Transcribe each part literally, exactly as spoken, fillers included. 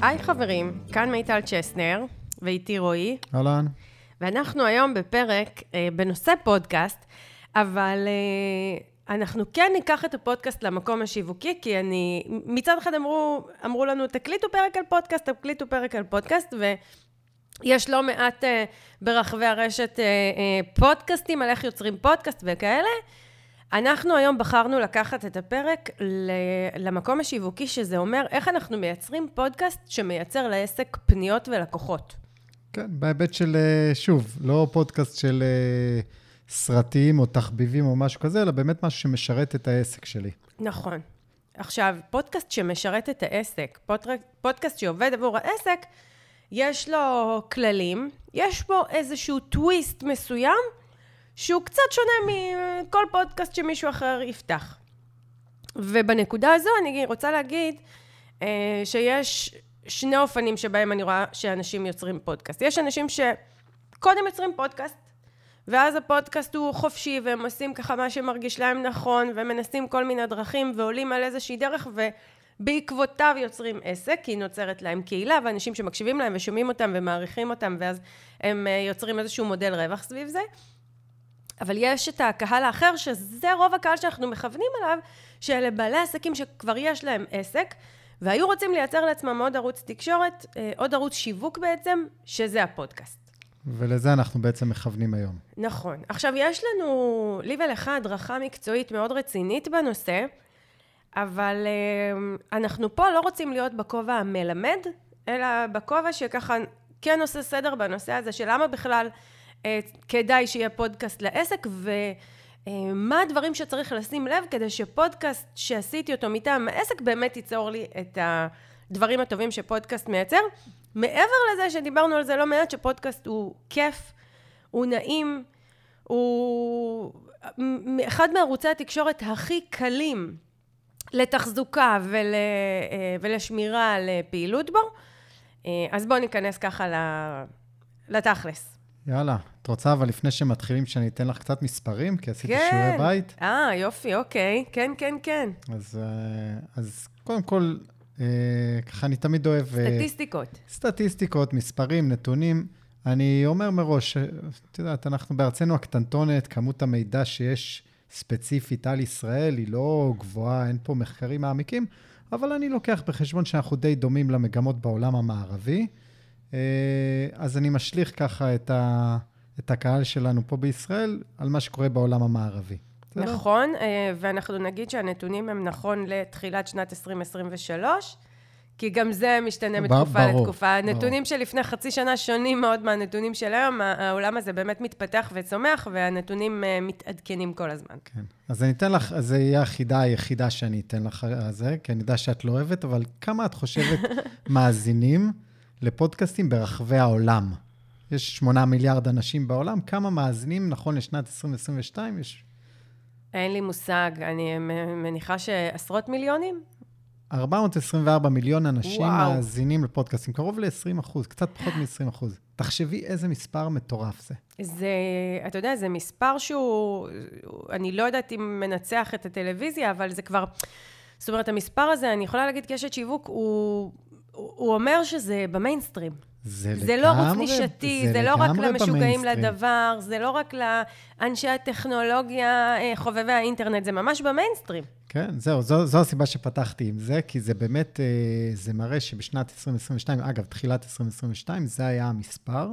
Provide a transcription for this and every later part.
היי חברים, כאן מיטל צ'סנר, ואיתי רועי. אהלן. ואנחנו היום בפרק אה, בנושא פודקאסט, אבל אה, אנחנו כן ניקח את הפודקאסט למקום השיווקי, כי אני, מצד אחד אמרו, אמרו לנו, תקליטו פרק על פודקאסט, תקליטו פרק על פודקאסט, ויש לא מעט אה, ברחבי הרשת אה, אה, פודקאסטים על איך יוצרים פודקאסט וכאלה. אנחנו היום בחרנו לקחת את הפרק למקום השיווקי, שזה אומר איך אנחנו מייצרים פודקאסט שמייצר לעסק פניות ולקוחות. כן, בהיבט של, שוב, לא פודקאסט של סרטים או תחביבים או משהו כזה, אלא באמת משהו שמשרת את העסק שלי. נכון. עכשיו, פודקאסט שמשרת את העסק, פודקאסט שעובד עבור העסק, יש לו כללים, יש בו איזשהו טוויסט מסוים, שהוא קצת שונה מכל פודקאסט שמישהו אחר יפתח. ובנקודה הזו אני רוצה להגיד אה, שיש שני אופנים שבהם אני רואה שאנשים יוצרים פודקאסט. יש אנשים שקודם יוצרים פודקאסט, ואז הפודקאסט הוא חופשי, והם עושים ככה מה שמרגיש להם נכון, ומנסים כל מיני דרכים, ועולים על איזושהי דרך, ובעקבותיו יוצרים עסק, כי נוצרת להם קהילה, ואנשים שמקשיבים להם ושומעים אותם ומעריכים אותם, ואז הם יוצרים איזשהו מודל רווח סביב זה. אבל יש את הקהל האחר, שזה רוב הקהל שאנחנו מכוונים עליו, שאלה בעלי עסקים שכבר יש להם עסק, והיו רוצים לייצר לעצמם עוד ערוץ תקשורת, עוד ערוץ שיווק בעצם, שזה הפודקאסט. ולזה אנחנו בעצם מכוונים היום. נכון. עכשיו, יש לנו, לי ולך, הדרכה מקצועית מאוד רצינית בנושא, אבל אנחנו פה לא רוצים להיות בכובע המלמד, אלא בכובע שככה כן עושה סדר בנושא הזה, שלמה בכלל כדאי שיהיה פודקאסט לעסק, ומה הדברים שצריך לשים לב, כדי שפודקאסט שעשיתי אותו מטעם העסק, באמת ייצור לי את הדברים הטובים שפודקאסט מייצר. מעבר לזה שדיברנו על זה לא מעט, שפודקאסט הוא כיף, הוא נעים, הוא אחד מערוצי התקשורת הכי קלים לתחזוקה ול... ולשמירה על פעילות בו. אז בואו ניכנס ככה לתכלס. יאללה, את רוצה אבל לפני שמתחילים שאני אתן לך קצת מספרים, כי עשיתי כן. שיעורי בית. אה, יופי, אוקיי. כן, כן, כן. אז, אז קודם כל, ככה אני תמיד אוהב... סטטיסטיקות. סטטיסטיקות, מספרים, נתונים. אני אומר מראש, את יודעת, אנחנו בארצנו הקטנטונת, כמות המידע שיש ספציפית על ישראל, היא לא גבוהה, אין פה מחקרים מעמיקים, אבל אני לוקח בחשבון שאנחנו די דומים למגמות בעולם המערבי. אז אני משליך ככה את, ה, את הקהל שלנו פה בישראל על מה שקורה בעולם המערבי. נכון, ואנחנו נגיד שהנתונים הם נכון לתחילת שנת עשרים עשרים ושלוש, כי גם זה משתנה מתקופה ברור, לתקופה. הנתונים ברור. שלפני חצי שנה שונים מאוד מהנתונים של היום, העולם הזה באמת מתפתח וצומח, והנתונים מתעדכנים כל הזמן. כן, אז אני אתן לך, אז זה יהיה החידה היחידה שאני אתן לך על זה, כי אני יודע שאת לא אוהבת, אבל כמה את חושבת מאזינים לפודקאסטים ברחבי העולם? יש שמונה מיליארד אנשים בעולם, כמה מאזינים נכון לשנת עשרים עשרים ושתיים יש? אין לי מושג, אני מניחה שעשרות מיליונים? ארבע מאות עשרים וארבע מיליון אנשים וואו. מאזינים לפודקאסטים, קרוב ל-עשרים אחוז, קצת פחות מ-עשרים אחוז. תחשבי איזה מספר מטורף זה. זה, אתה יודע, זה מספר שהוא, אני לא יודעת אם מנצח את הטלוויזיה, אבל זה כבר, זאת אומרת, המספר הזה, אני יכולה להגיד קשת שיווק, הוא, הוא אומר שזה במיינסטרים. זה, זה לא ערוץ נישתי, זה, זה לא רק למשוגעים לדבר, זה לא רק לאנשי הטכנולוגיה, חובבי האינטרנט, זה ממש במיינסטרים. כן, זהו, זו, זו הסיבה שפתחתי עם זה, כי זה באמת, זה מראה שבשנת עשרים עשרים ושתיים, אגב, תחילת עשרים עשרים ושתיים, זה היה המספר,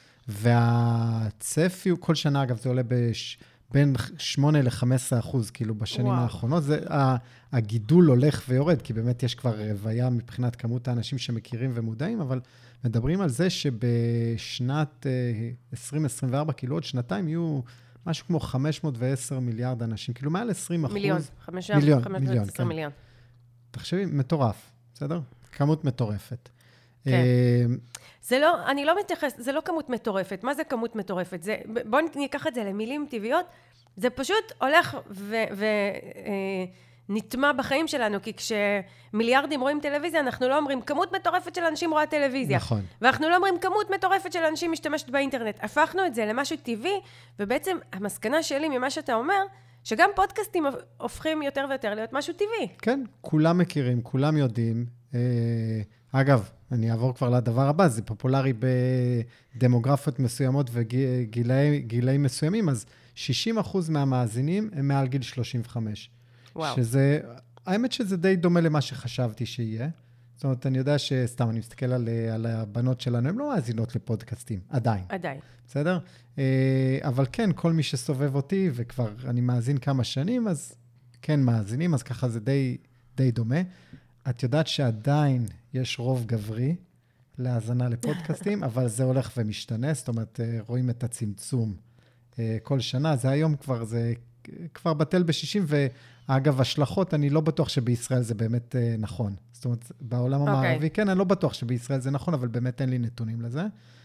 והצפי, כל שנה, אגב, זה עולה בש, בין שמונה ל-חמישה עשר אחוז, כאילו, בשנים וואו. האחרונות, זה, הגידול הולך ויורד, כי באמת יש כבר רוויה מבחינת כמות האנשים שמכירים ומודעים, אבל מדברים על זה שבשנת עשרים עשרים וארבע, כאילו עוד שנתיים, יהיו משהו כמו חמש מאות ועשר מיליארד אנשים, כאילו מעל עשרים אחוז. מיליון, מיליון, מיליון, כן. מיליון. תחשבי, מטורף, בסדר? כמות מטורפת. כן. זה לא, אני לא מתייחס, זה לא כמות מטורפת. מה זה כמות מטורפת? זה, בואו ניקח את זה למילים טבעיות. זה פשוט הולך ו... ו נטמע בחיים שלנו, כי כשמיליארדים רואים טלוויזיה, אנחנו לא אומרים, כמות מטורפת של אנשים רואה טלוויזיה. נכון. ואנחנו לא אומרים, כמות מטורפת של אנשים משתמשת באינטרנט. הפכנו את זה למשהו טבעי, ובעצם המסקנה שלי ממה שאתה אומר, שגם פודקאסטים הופכים יותר ויותר להיות משהו טבעי. כן, כולם מכירים, כולם יודעים. אגב, אני אעבור כבר לדבר הבא, זה פופולרי בדמוגרפיות מסוימות וגילי מסוימים, אז שישים אחוז מהמאזינים הם מעל גיל שלושים וחמש. וואו. שזה, האמת שזה די דומה למה שחשבתי שיהיה. זאת אומרת, אני יודע שסתם, אני מסתכל על, על הבנות שלנו, הן לא מאזינות לפודקאסטים, עדיין. עדיין. בסדר? אבל כן, כל מי שסובב אותי, וכבר אני מאזין כמה שנים, אז כן מאזינים, אז ככה זה די, די דומה. את יודעת שעדיין יש רוב גברי להאזנה לפודקאסטים, אבל זה הולך ומשתנה, זאת אומרת, רואים את הצמצום כל שנה, זה היום כבר, זה כבר בטל ב-שישים, ואגב, השלכות, אני לא בטוח שבישראל זה באמת נכון. זאת אומרת, בעולם המערבי, כן, אני לא בטוח שבישראל זה נכון, אבל באמת אין לי נתונים לזה.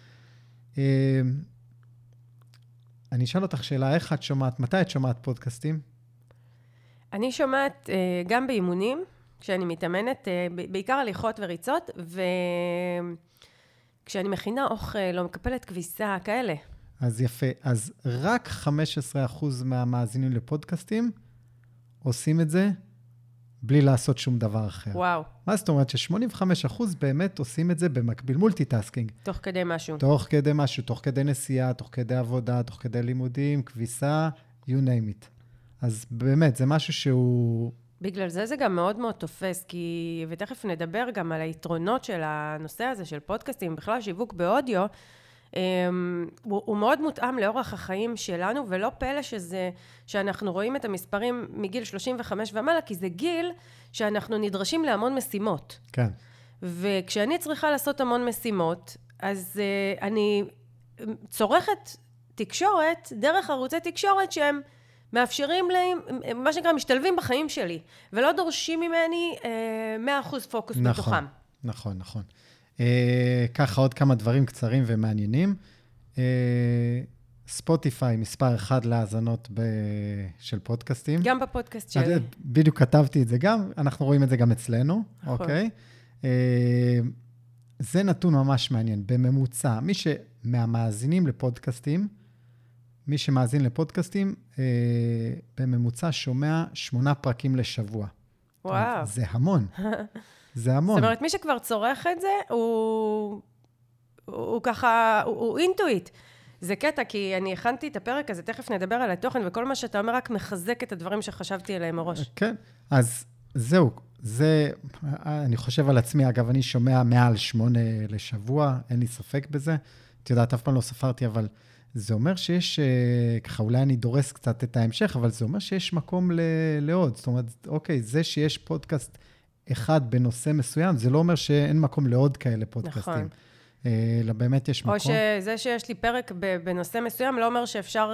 אני אשאל אותך שאלה, איך את שומעת, מתי את שומעת פודקאסטים? אני שומעת גם באימונים, כשאני מתאמנת, בעיקר הליכות וריצות, וכשאני מכינה אוכל, או מקפלת כביסה, כאלה. אז יפה. אז רק חמישה עשר אחוז מהמאזינים לפודקאסטים עושים את זה בלי לעשות שום דבר אחר. וואו. מה זאת אומרת? ש-שמונים וחמישה אחוז באמת עושים את זה במקביל, מולטיטאסקינג. תוך כדי משהו. תוך כדי משהו, תוך כדי נסיעה, תוך כדי עבודה, תוך כדי לימודים, כביסה, you name it. אז באמת, זה משהו שהוא... בגלל זה זה גם מאוד מאוד תופס, כי, ותכף נדבר גם על היתרונות של הנושא הזה, של פודקאסטים, בכלל שיווק באודיו, הוא, הוא מאוד מותאם לאורח החיים שלנו, ולא פלא שזה, שאנחנו רואים את המספרים מגיל שלושים וחמש ומעלה, כי זה גיל שאנחנו נדרשים להמון משימות. כן. וכשאני צריכה לעשות המון משימות, אז uh, אני צורכת תקשורת, דרך ערוצי תקשורת שהם מאפשרים להם, מה שנקרא, משתלבים בחיים שלי, ולא דורשים ממני uh, מאה אחוז פוקוס נכון, בתוכם. נכון, נכון. Uh, ככה עוד כמה דברים קצרים ומעניינים. ספוטיפיי, uh, מספר אחד להאזנות ב... של פודקאסטים. גם בפודקאסט שלי. בדיוק כתבתי את זה גם, אנחנו רואים את זה גם אצלנו, נכון. אוקיי? Uh, זה נתון ממש מעניין. בממוצע, מי שמהמאזינים לפודקאסטים, מי שמאזין לפודקאסטים, uh, בממוצע שומע שמונה פרקים לשבוע. וואו. זה המון. זה המון. זאת אומרת, מי שכבר צורך את זה, הוא, הוא ככה, הוא, הוא אינטואיט. זה קטע, כי אני הכנתי את הפרק הזה, תכף נדבר על התוכן, וכל מה שאתה אומר רק מחזק את הדברים שחשבתי עליהם מראש. כן, אז זהו, זה, אני חושב על עצמי, אגב, אני שומע מעל שמונה לשבוע, אין לי ספק בזה. את יודעת, אף פעם לא ספרתי, אבל זה אומר שיש, ככה, אולי אני דורס קצת את ההמשך, אבל זה אומר שיש מקום לעוד. זאת אומרת, אוקיי, זה שיש פודקאסט אחד בנושא מסוים, זה לא אומר שאין מקום לעוד כאלה פודקאסטים. נכון. אלא באמת יש מקום. או שזה שיש לי פרק בנושא מסוים, לא אומר שאפשר,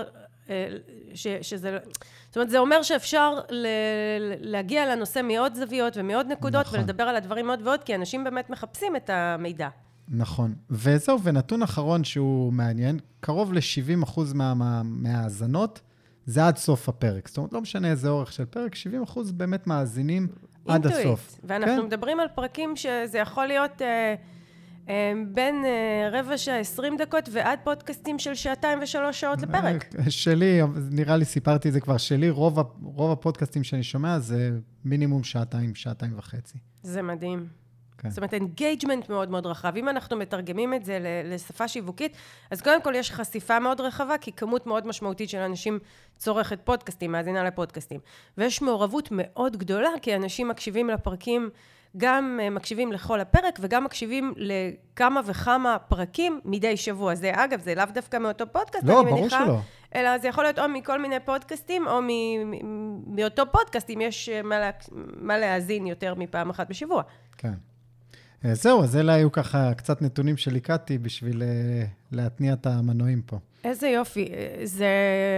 ש, שזה, זאת אומרת, זה אומר שאפשר ל, להגיע לנושא מעוד זוויות ומעוד נקודות, נכון. ולדבר על הדברים עוד ועוד, כי אנשים באמת מחפשים את המידע. נכון. וזהו, ונתון אחרון שהוא מעניין, קרוב ל-שבעים אחוז מה, מה, מהאזנות, זה עד סוף הפרק. זאת אומרת, לא משנה איזה אורך של פרק, שבעים אחוז באמת מאזינים עד הסוף. ואנחנו כן? מדברים על פרקים שזה יכול להיות אה, אה, בין אה, רבע שעה, עשרים דקות, ועד פודקאסטים של שעתיים ושלוש שעות לפרק. שלי, נראה לי סיפרתי את זה כבר, שלי, רוב, רוב הפודקאסטים שאני שומע זה מינימום שעתיים, שעתיים וחצי. זה מדהים. כן. זאת אומרת, אינגייג'מנט מאוד מאוד רחב. אם אנחנו מתרגמים את זה לשפה שיווקית, אז קודם כל יש חשיפה מאוד רחבה, כי כמות מאוד משמעותית של אנשים צורכת פודקאסטים, מאזינה לפודקאסטים. ויש מעורבות מאוד גדולה, כי אנשים מקשיבים לפרקים, גם מקשיבים לכל הפרק, וגם מקשיבים לכמה וכמה פרקים מדי שבוע. זה, אגב, זה לאו דווקא מאותו פודקאסט, לא, אני מניחה, ברור שלא. אלא זה יכול להיות או מכל מיני פודקאסטים, או מ- מאותו פודקאסט, אם יש מה, לה, מה להאזין יותר מפעם אחת בשבוע. כן. זהו, אז אלה היו ככה קצת נתונים שליקטתי בשביל להתניע את המנועים פה. איזה יופי. זה,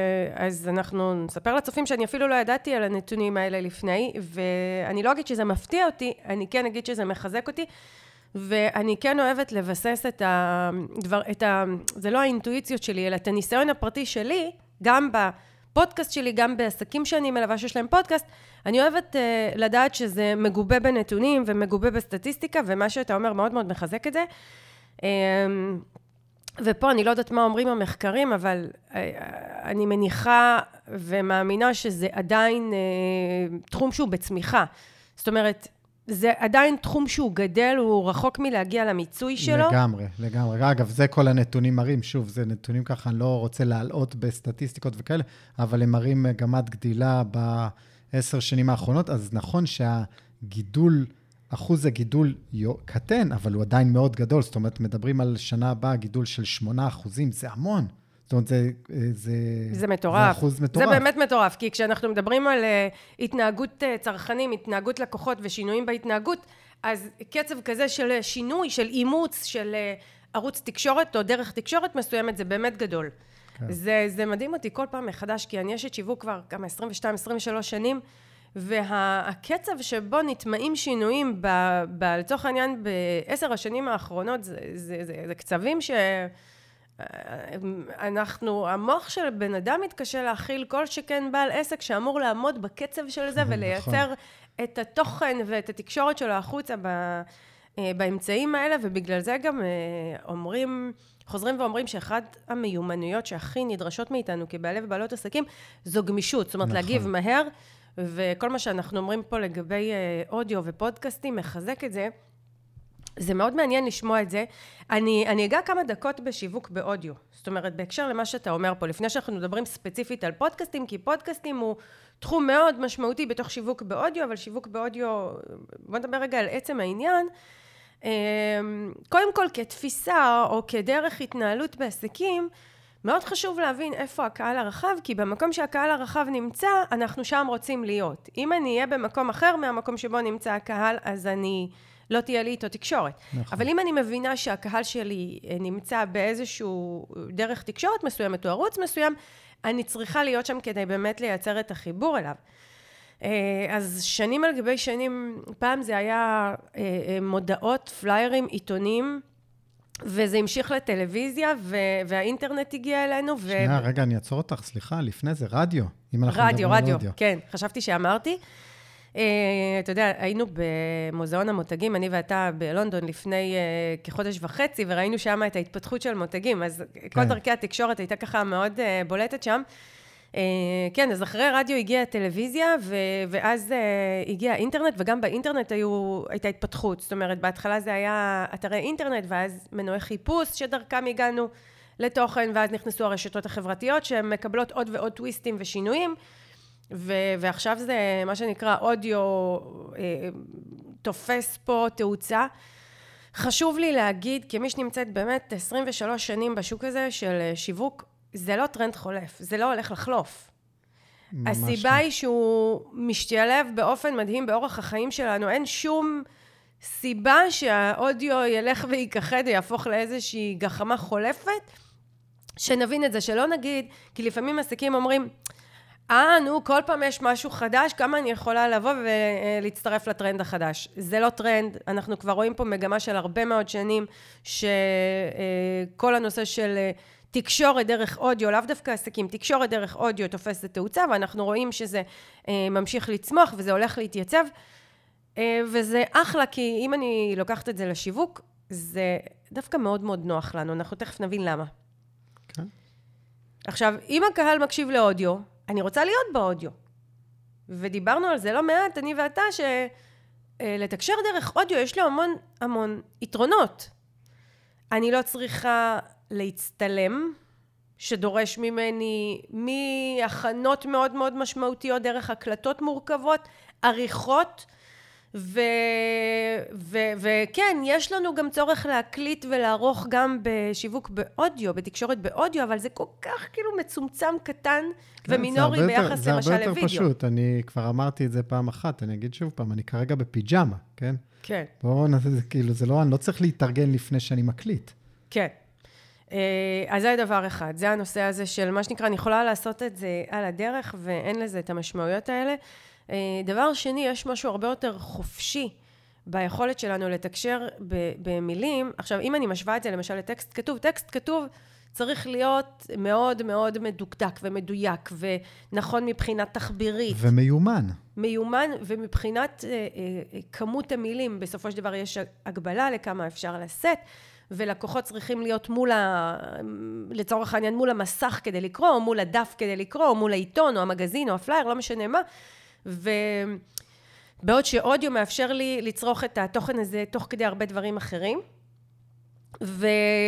אז אנחנו נספר לצופים שאני אפילו לא ידעתי על הנתונים האלה לפני, ואני לא אגיד שזה מפתיע אותי, אני כן אגיד שזה מחזק אותי, ואני כן אוהבת לבסס את הדבר, את ה, זה לא האינטואיציות שלי, אלא את הניסיון הפרטי שלי, גם בפודקאסט שלי, גם בעסקים שאני מלווה שיש להם פודקאסט, אני אוהבת uh, לדעת שזה מגובה בנתונים ומגובה בסטטיסטיקה, ומה שאתה אומר מאוד מאוד מחזק את זה. Um, ופה אני לא יודעת מה אומרים המחקרים, אבל uh, אני מניחה ומאמינה שזה עדיין uh, תחום שהוא בצמיחה. זאת אומרת, זה עדיין תחום שהוא גדל, הוא רחוק מלהגיע למיצוי שלו. לגמרי, לגמרי. אגב, זה כל הנתונים מראים, שוב, זה נתונים ככה, אני לא רוצה להעלות בסטטיסטיקות וכאלה, אבל הם מראים מגמת גדילה בעשר שנים האחרונות, אז נכון שהגידול, אחוז הגידול קטן, אבל הוא עדיין מאוד גדול, זאת אומרת, מדברים על שנה הבאה, גידול של שמונה אחוזים, זה המון. זאת אומרת, זה, זה, זה מטורף. זה אחוז מטורף. זה באמת מטורף, כי כשאנחנו מדברים על uh, התנהגות uh, צרכנים, התנהגות לקוחות ושינויים בהתנהגות, אז קצב כזה של שינוי, של אימוץ, של uh, ערוץ תקשורת או דרך תקשורת מסוימת, זה באמת גדול. כן. זה, זה מדהים אותי כל פעם מחדש, כי אני אשת שיווק כבר כמה עשרים ושתיים עשרים ושלוש שנים, והקצב שבו נטמעים שינויים, ב, ב, לצורך העניין, בעשר השנים האחרונות, זה, זה, זה, זה קצבים ש... אנחנו, המוח של בן אדם מתקשה להכיל כל שכן בעל עסק שאמור לעמוד בקצב של זה ולייצר את התוכן ואת התקשורת שלו החוצה באמצעים האלה, ובגלל זה גם אומרים, חוזרים ואומרים שאחד המיומנויות שהכי נדרשות מאיתנו כבעלי ובעלות עסקים, זו גמישות, זאת אומרת להגיב מהר, וכל מה שאנחנו אומרים פה לגבי אודיו ופודקאסטים מחזק את זה. זה מאוד מעניין לשמוע את זה. אני, אני אגע כמה דקות בשיווק באודיו. זאת אומרת, בהקשר למה שאתה אומר פה, לפני שאנחנו מדברים ספציפית על פודקאסטים, כי פודקאסטים הוא תחום מאוד משמעותי בתוך שיווק באודיו, אבל שיווק באודיו, בוא נדבר רגע על עצם העניין. קודם כל, כתפיסה או כדרך התנהלות בעסקים, מאוד חשוב להבין איפה הקהל הרחב, כי במקום שהקהל הרחב נמצא, אנחנו שם רוצים להיות. אם אני אהיה במקום אחר מהמקום שבו נמצא הקהל, אז אני... לא תהיה לי איתו תקשורת. נכון. אבל אם אני מבינה שהקהל שלי נמצא באיזשהו דרך תקשורת מסוימת או ערוץ מסוים, אני צריכה להיות שם כדי באמת לייצר את החיבור אליו. אז שנים על גבי שנים, פעם זה היה מודעות, פליירים, עיתונים, וזה המשיך לטלוויזיה, והאינטרנט הגיע אלינו. שנייה, רגע, אני אעצור אותך, סליחה, לפני זה רדיו. רדיו, רדיו, כן, חשבתי שאמרתי. אתה יודע, היינו במוזיאון המותגים, אני ואתה בלונדון לפני כחודש וחצי, וראינו שם את ההתפתחות של מותגים, אז כל דרכי התקשורת הייתה ככה מאוד בולטת שם. כן, אז אחרי רדיו הגיעה הטלוויזיה, ואז הגיע האינטרנט, וגם באינטרנט הייתה התפתחות. זאת אומרת, בהתחלה זה היה אתרי אינטרנט, ואז מנועי חיפוש שדרכם הגענו לתוכן, ואז נכנסו הרשתות החברתיות, שהן מקבלות עוד ועוד טוויסטים ושינויים, ו- ועכשיו זה מה שנקרא אודיו אה, תופס פה תאוצה. חשוב לי להגיד, כמי שנמצאת באמת עשרים ושלוש שנים בשוק הזה של שיווק, זה לא טרנד חולף, זה לא הולך לחלוף. הסיבה היא שהוא משתלב באופן מדהים באורח החיים שלנו, אין שום סיבה שהאודיו ילך וייכחד, יהפוך לאיזושהי גחמה חולפת, שנבין את זה, שלא נגיד, כי לפעמים עסקים אומרים, אה, נו, כל פעם יש משהו חדש, כמה אני יכולה לבוא ולהצטרף לטרנד החדש. זה לא טרנד, אנחנו כבר רואים פה מגמה של הרבה מאוד שנים, שכל הנושא של תקשורת דרך אודיו, לאו דווקא עסקים, תקשורת דרך אודיו תופס את תאוצה, ואנחנו רואים שזה ממשיך לצמוח וזה הולך להתייצב, וזה אחלה, כי אם אני לוקחת את זה לשיווק, זה דווקא מאוד מאוד נוח לנו, אנחנו תכף נבין למה. Okay. עכשיו, אם הקהל מקשיב לאודיו, אני רוצה להיות באודיו. ודיברנו על זה לא מעט, אני ואתה, שלתקשר דרך אודיו יש לו המון המון יתרונות. אני לא צריכה להצטלם, שדורש ממני מהכנות מאוד מאוד משמעותיות, דרך הקלטות מורכבות, עריכות, ו... ו... וכן, יש לנו גם צורך להקליט ולערוך גם בשיווק באודיו, בתקשורת באודיו, אבל זה כל כך כאילו מצומצם קטן כן, ומינורי ביחס זה למשל לוידאו. זה הרבה יותר פשוט, אני כבר אמרתי את זה פעם אחת, אני אגיד שוב פעם, אני כרגע בפיג'מה, כן? כן. בואו נעשה, כאילו, זה לא, אני לא צריך להתארגן לפני שאני מקליט. כן. אז זה דבר אחד, זה הנושא הזה של מה שנקרא, אני יכולה לעשות את זה על הדרך, ואין לזה את המשמעויות האלה. דבר שני, יש משהו הרבה יותר חופשי ביכולת שלנו לתקשר במילים. עכשיו, אם אני משווה את זה למשל לטקסט כתוב, טקסט כתוב צריך להיות מאוד מאוד מדוקדק ומדויק, ונכון מבחינת תחבירית. ומיומן. מיומן, ומבחינת כמות המילים, בסופו של דבר יש הגבלה לכמה אפשר לשאת, ולקוחות צריכים להיות מול, ה... לצורך העניין, מול המסך כדי לקרוא, או מול הדף כדי לקרוא, או מול העיתון, או המגזין, או הפלייר, לא משנה מה. ו... בעוד שאודיו מאפשר לי לצרוך את התוכן הזה תוך כדי הרבה דברים אחרים, ו...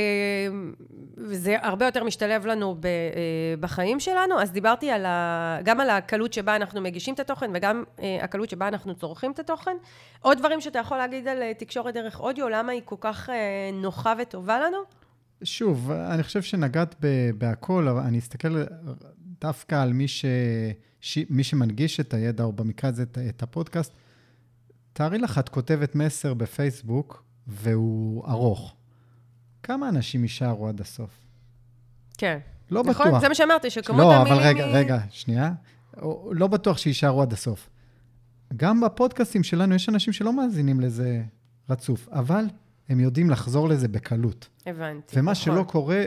וזה הרבה יותר משתלב לנו ב... בחיים שלנו, אז דיברתי על ה... גם על הקלות שבה אנחנו מגישים את התוכן, וגם הקלות שבה אנחנו צורכים את התוכן. עוד דברים שאתה יכול להגיד על תקשורת דרך אודיו, למה היא כל כך נוחה וטובה לנו? שוב, אני חושב שנגעת בהכל, אבל אני אסתכל דווקא על מי, ש... ש... מי שמנגיש את הידע, או במקרה הזה את הפודקאסט. תארי לך, את כותבת מסר בפייסבוק, והוא ארוך. כמה אנשים יישארו עד הסוף? כן. לא נכון? בטוח. זה מה שאמרתי, שכמות לא, המילים... אבל רגע, היא... רגע, שנייה. לא בטוח שיישארו עד הסוף. גם בפודקאסטים שלנו יש אנשים שלא מאזינים לזה רצוף, אבל הם יודעים לחזור לזה בקלות. הבנתי. ומה נכון. שלא קורה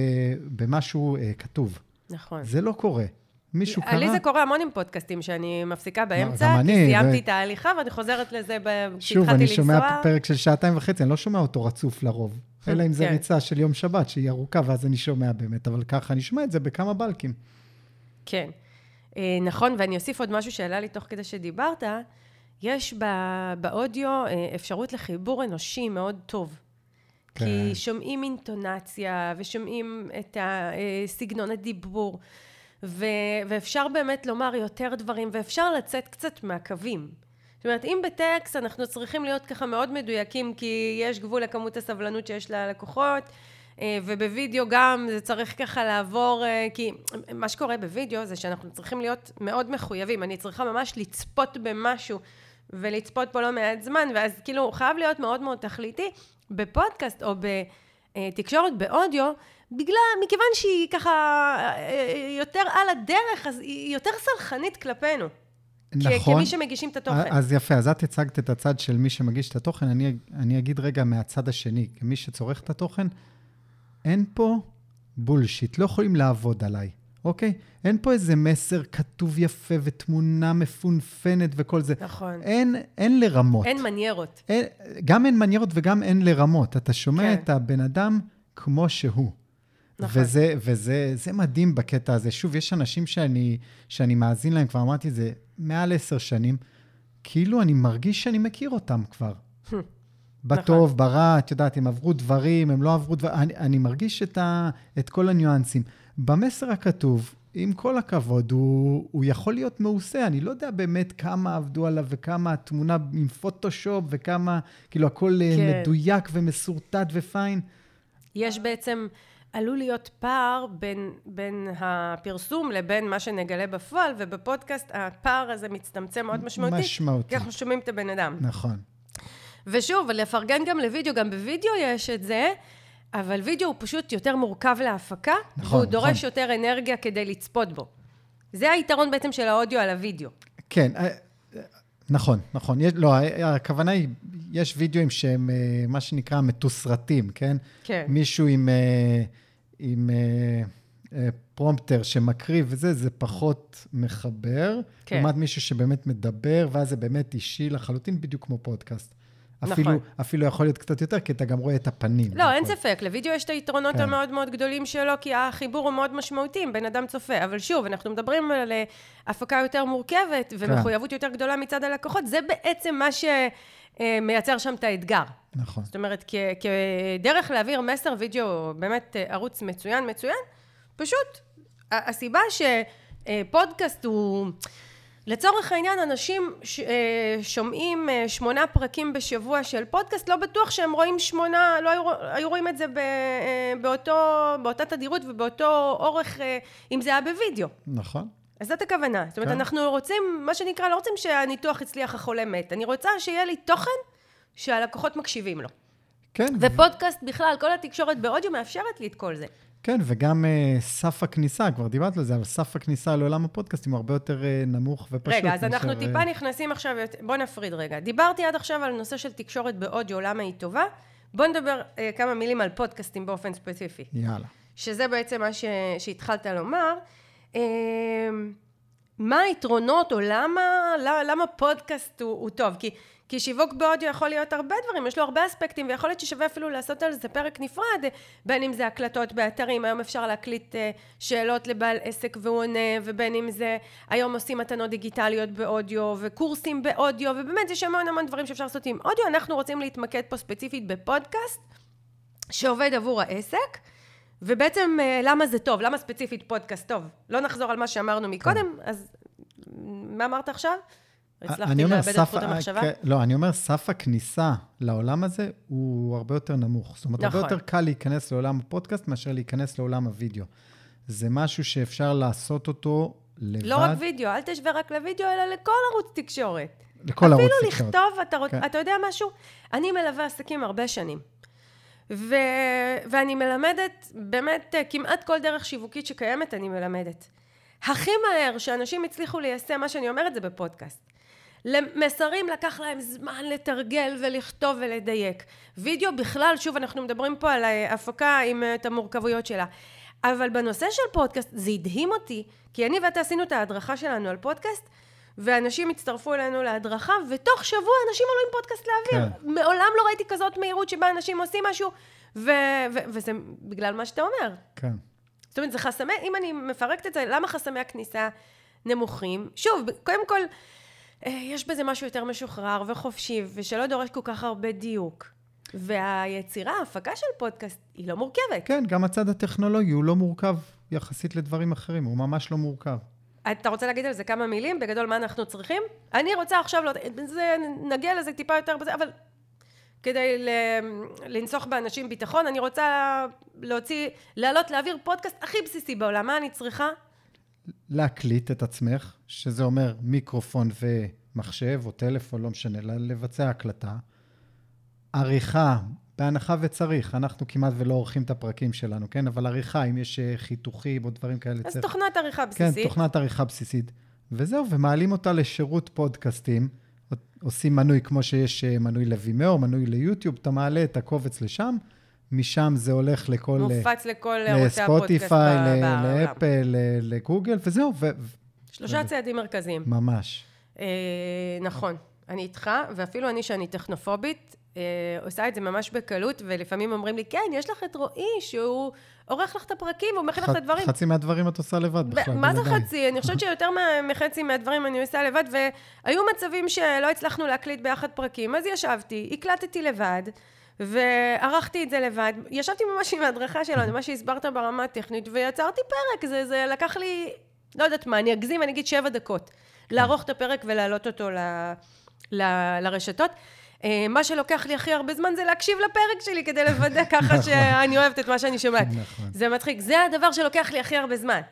במשהו אה, כתוב. נכון. זה לא קורה. מישהו קרא... לי זה קורה המון עם פודקאסטים, שאני מפסיקה באמצע, גם כי אני, סיימתי ו- את ההליכה, ואני חוזרת לזה ב- שוב, כשהתחלתי אני שומע לנסוע. פרק של שעתיים וחצי, אני לא שומע אותו רצוף לרוב. אלא אם זה כן. ריצה של יום שבת, שהיא ארוכה, ואז אני שומע באמת. אבל ככה, אני שומע את זה בכמה בלקים. כן. אה, נכון, ואני אוסיף עוד משהו שעלה לי תוך כדי שדיברת, יש ב- באודיו אה, אפשרות לחיבור אנושי מאוד טוב. כן. כי שומעים אינטונציה, ושומעים את הסגנון הדיבור, ו- ואפשר באמת לומר יותר דברים, ואפשר לצאת קצת מהקווים. זאת אומרת, אם בטקסט אנחנו צריכים להיות ככה מאוד מדויקים, כי יש גבול לכמות הסבלנות שיש ללקוחות, ובווידאו גם זה צריך ככה לעבור, כי מה שקורה בווידאו זה שאנחנו צריכים להיות מאוד מחויבים. אני צריכה ממש לצפות במשהו, ולצפות פה לא מעט זמן, ואז כאילו חייב להיות מאוד מאוד תכליתי. בפודקאסט או בתקשורת באודיו, בגלל, מכיוון שהיא ככה יותר על הדרך, אז היא יותר סלחנית כלפינו. נכון. כמי שמגישים את התוכן. אז יפה, אז את הצגת את הצד של מי שמגיש את התוכן, אני, אני אגיד רגע מהצד השני, כמי שצורך את התוכן, אין פה בולשיט, לא יכולים לעבוד עליי, אוקיי? אין פה איזה מסר כתוב יפה ותמונה מפונפנת וכל זה. נכון. אין, אין לרמות. אין מניירות. אין, גם אין מניירות וגם אין לרמות. אתה שומע כן. את הבן אדם כמו שהוא. נכון. וזה, וזה, זה מדהים בקטע הזה. שוב, יש אנשים שאני, שאני מאזין להם, כבר אמרתי זה, מעל עשר שנים, כאילו אני מרגיש שאני מכיר אותם כבר. בטוב, ברע, את יודעת, הם עברו דברים, הם לא עברו דברים, אני, אני מרגיש את, ה, את כל הניואנסים. במסר הכתוב, עם כל הכבוד, הוא, הוא יכול להיות מעושה. אני לא יודע באמת כמה עבדו עליו וכמה התמונה עם פוטושופ וכמה, כאילו הכל כן. מדויק ומסורטט ופיין. יש בעצם, עלול להיות פער בין, בין הפרסום לבין מה שנגלה בפועל, ובפודקאסט הפער הזה מצטמצם מאוד משמעותי. משמעותי. כי אנחנו שומעים את הבן אדם. נכון. ושוב, לפרגן גם לוידאו, גם בווידאו יש את זה, אבל וידאו הוא פשוט יותר מורכב להפקה, נכון, והוא דורש נכון. יותר אנרגיה כדי לצפות בו. זה היתרון בעצם של האודיו על הוידאו. כן, נכון, נכון. יש, לא, הכוונה היא, יש וידאוים שהם מה שנקרא מתוסרטים, כן? כן. מישהו עם, עם פרומפטר שמקריב וזה, זה פחות מחבר. כן. לעומת מישהו שבאמת מדבר, ואז זה באמת אישי לחלוטין, בדיוק כמו פודקאסט. אפילו, נכון. אפילו יכול להיות קצת יותר, כי אתה גם רואה את הפנים. לא, אין ספק. לוידאו יש את היתרונות כן. המאוד מאוד גדולים שלו, כי החיבור הוא מאוד משמעותי, בן אדם צופה. אבל שוב, אנחנו מדברים על הפקה יותר מורכבת, ומחויבות כן. יותר גדולה מצד הלקוחות. זה בעצם מה שמייצר שם את האתגר. נכון. זאת אומרת, כ- כדרך להעביר מסר וידאו, באמת ערוץ מצוין, מצוין, פשוט, הסיבה שפודקאסט הוא... לצורך העניין, אנשים ש... שומעים שמונה פרקים בשבוע של פודקאסט, לא בטוח שהם רואים שמונה, לא היו, היו רואים את זה ב... באותו, באותה תדירות ובאותו אורך, אם זה היה בווידאו. נכון. אז זאת הכוונה. זאת אומרת, כן. אנחנו רוצים, מה שנקרא, לא רוצים שהניתוח הצליח החולה מת. אני רוצה שיהיה לי תוכן שהלקוחות מקשיבים לו. כן. ופודקאסט בכלל, כל התקשורת באודיו מאפשרת לי את כל זה. כן, וגם uh, סף הכניסה, כבר דיברת על זה, אבל סף הכניסה לעולם הפודקאסטים הוא הרבה יותר uh, נמוך ופשוט. רגע, אז אנחנו ש... טיפה נכנסים עכשיו, בוא נפריד רגע. דיברתי עד עכשיו על נושא של תקשורת באודיו, למה היא טובה. בוא נדבר uh, כמה מילים על פודקאסטים באופן ספציפי. יאללה. שזה בעצם מה ש... שהתחלת לומר. Uh, מה היתרונות או למה, למה פודקאסט הוא, הוא טוב? כי, כי שיווק באודיו יכול להיות הרבה דברים, יש לו הרבה אספקטים, ויכול להיות ששווה אפילו לעשות על זה פרק נפרד, בין אם זה הקלטות באתרים, היום אפשר להקליט שאלות לבעל עסק והוא עונה, ובין אם זה, היום עושים מתנות דיגיטליות באודיו, וקורסים באודיו, ובאמת יש המון המון דברים שאפשר לעשות עם אודיו. אנחנו רוצים להתמקד פה ספציפית בפודקאסט, שעובד עבור העסק, ובעצם למה זה טוב, למה ספציפית פודקאסט טוב. לא נחזור על מה שאמרנו מקודם, אז מה אמרת עכשיו? הצלחתי לאבד את זכות המחשבה? לא, אני אומר, סף הכניסה לעולם הזה הוא הרבה יותר נמוך. זאת אומרת, הרבה יותר קל להיכנס לעולם הפודקאסט, מאשר להיכנס לעולם הוידאו. זה משהו שאפשר לעשות אותו לבד. לא רק וידאו, אל תשווה רק לוידאו, אלא לכל ערוץ תקשורת. לכל ערוץ תקשורת. אפילו לכתוב, אתה, רוצ... כן. אתה יודע משהו? אני מלווה עסקים הרבה שנים. ו... ואני מלמדת, באמת, כמעט כל דרך שיווקית שקיימת, אני מלמדת. הכי מהר שאנשים הצליחו ליישם מה שאני אומרת, זה בפודקאסט. למסרים לקח להם זמן לתרגל ולכתוב ולדייק. וידאו בכלל, שוב, אנחנו מדברים פה על ההפקה עם את המורכבויות שלה. אבל בנושא של פודקאסט, זה הדהים אותי, כי אני ואתה עשינו את ההדרכה שלנו על פודקאסט, ואנשים הצטרפו אלינו להדרכה, ותוך שבוע אנשים עלו עם פודקאסט לאוויר. כן. מעולם לא ראיתי כזאת מהירות שבה אנשים עושים משהו, ו- ו- וזה בגלל מה שאתה אומר. כן. זאת אומרת, זה חסמי, אם אני מפרקת את זה, למה חסמי הכניסה נמוכים? שוב, קודם כל, יש בזה משהו יותר משוחרר וחופשי, ושלא דורש כל כך הרבה דיוק. והיצירה, ההפקה של פודקאסט, היא לא מורכבת. כן, גם הצד הטכנולוגי הוא לא מורכב יחסית לדברים אחרים, הוא ממש לא מורכב. אתה רוצה להגיד על זה כמה מילים? בגדול, מה אנחנו צריכים? אני רוצה עכשיו, לא, זה, נגיע לזה טיפה יותר בזה, אבל כדי ל, לנסוך באנשים ביטחון, אני רוצה להוציא, לעלות, להעביר פודקאסט הכי בסיסי בעולם. מה אני צריכה? להקליט את עצמך, שזה אומר מיקרופון ומחשב או טלפון, לא משנה, לבצע הקלטה. עריכה, בהנחה וצריך, אנחנו כמעט ולא עורכים את הפרקים שלנו, כן? אבל עריכה, אם יש חיתוכים או דברים כאלה. אז צריך... תוכנת עריכה בסיסית. כן, תוכנת עריכה בסיסית. וזהו, ומעלים אותה לשירות פודקאסטים, עושים מנוי כמו שיש מנוי לוימאו, מנוי ליוטיוב, אתה מעלה את הקובץ לשם, משם זה הולך לכל... מופץ לכל ערוצי הפודקאסט בעולם. לאפל, לגוגל, וזהו. ו... שלושה צעדים מרכזיים. ממש. אה, נכון, אני איתך, ואפילו אני שאני טכנופובית, אה, עושה את זה ממש בקלות, ולפעמים אומרים לי, כן, יש לך את רועי, שהוא עורך לך את הפרקים, הוא מכין לך את הדברים. חצי מהדברים את עושה לבד בכלל. מה זה חצי? אני חושבת שיותר מחצי מהדברים אני עושה לבד, והיו מצבים שלא הצלחנו להקליט ביחד פרקים, אז ישבתי, הקלטתי לבד, וערכתי את זה לבד, ישבתי ממש עם ההדרכה שלנו, מה שהסברת ברמה הטכנית, ויצרתי פרק, זה, זה לקח לי, לא יודעת מה, אני אגזים, אני אגיד שבע דקות, לערוך את הפרק ולהעלות אותו ל, ל, לרשתות. מה שלוקח לי הכי הרבה זמן זה להקשיב לפרק שלי, כדי לוודא ככה שאני אוהבת את מה שאני שומעת. זה מצחיק, זה הדבר שלוקח לי הכי הרבה זמן.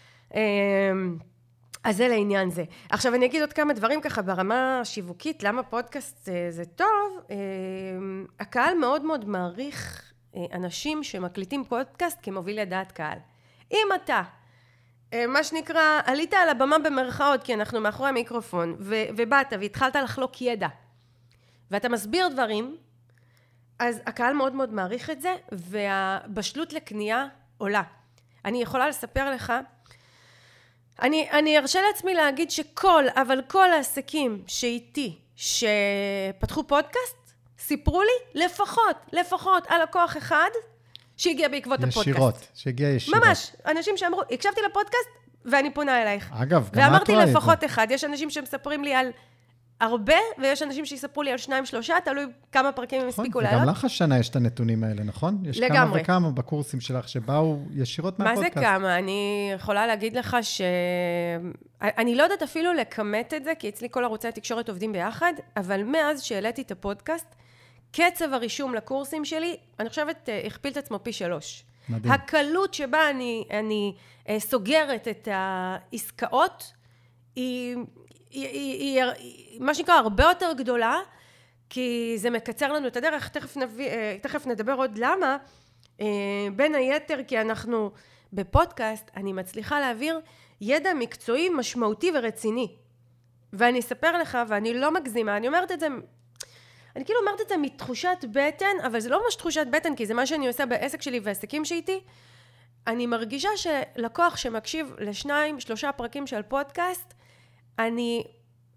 אז זה לעניין זה. עכשיו אני אגיד עוד כמה דברים ככה ברמה השיווקית, למה פודקאסט זה, זה טוב. הקהל מאוד מאוד מעריך אנשים שמקליטים פודקאסט כמוביל לדעת קהל. אם אתה, מה שנקרא, עלית על הבמה במרכאות, כי אנחנו מאחורי המיקרופון, ו- ובאת והתחלת לחלוק ידע, ואתה מסביר דברים, אז הקהל מאוד מאוד מעריך את זה, והבשלות לקנייה עולה. אני יכולה לספר לך, אני, אני ארשה לעצמי להגיד שכל, אבל כל העסקים שאיתי, שפתחו פודקאסט, סיפרו לי לפחות, לפחות על לקוח אחד, שהגיע בעקבות ישירות, הפודקאסט. ישירות, שהגיע ישירות. ממש, אנשים שאמרו, הקשבתי לפודקאסט, ואני פונה אלייך. אגב, גם את ואמרתי לפחות אחד, יש אנשים שמספרים לי על הרבה, ויש אנשים שיספרו לי על שניים, שלושה, תלוי כמה פרקים הם הספיקו לעלות. וגם לך השנה יש את הנתונים האלה, נכון? יש לגמרי. כמה וכמה בקורסים שלך שבאו ישירות מהפודקאסט. מה זה כמה? אני יכולה להגיד לך ש... אני לא יודעת אפילו לכמת את זה, כי אצלי כל ערוצי התקשורת עובדים ביחד, אבל מאז שהעליתי את הפודקאסט, קצב הרישום לקורסים שלי, אני חושבת, הכפיל את עצמו פי שלוש. מדהים. הקלות שבה אני, אני סוגרת את העסקאות, היא... היא, היא, היא, מה שנקרא, הרבה יותר גדולה, כי זה מקצר לנו את הדרך, תכף, נביא, תכף נדבר עוד למה, בין היתר, כי אנחנו בפודקאסט, אני מצליחה להעביר ידע מקצועי, משמעותי ורציני. ואני אספר לך, ואני לא מגזימה, אני אומרת את זה, אני כאילו אומרת את זה מתחושת בטן, אבל זה לא ממש תחושת בטן, כי זה מה שאני עושה בעסק שלי והעסקים שאיתי. אני מרגישה שלקוח שמקשיב לשניים, שלושה פרקים של פודקאסט, אני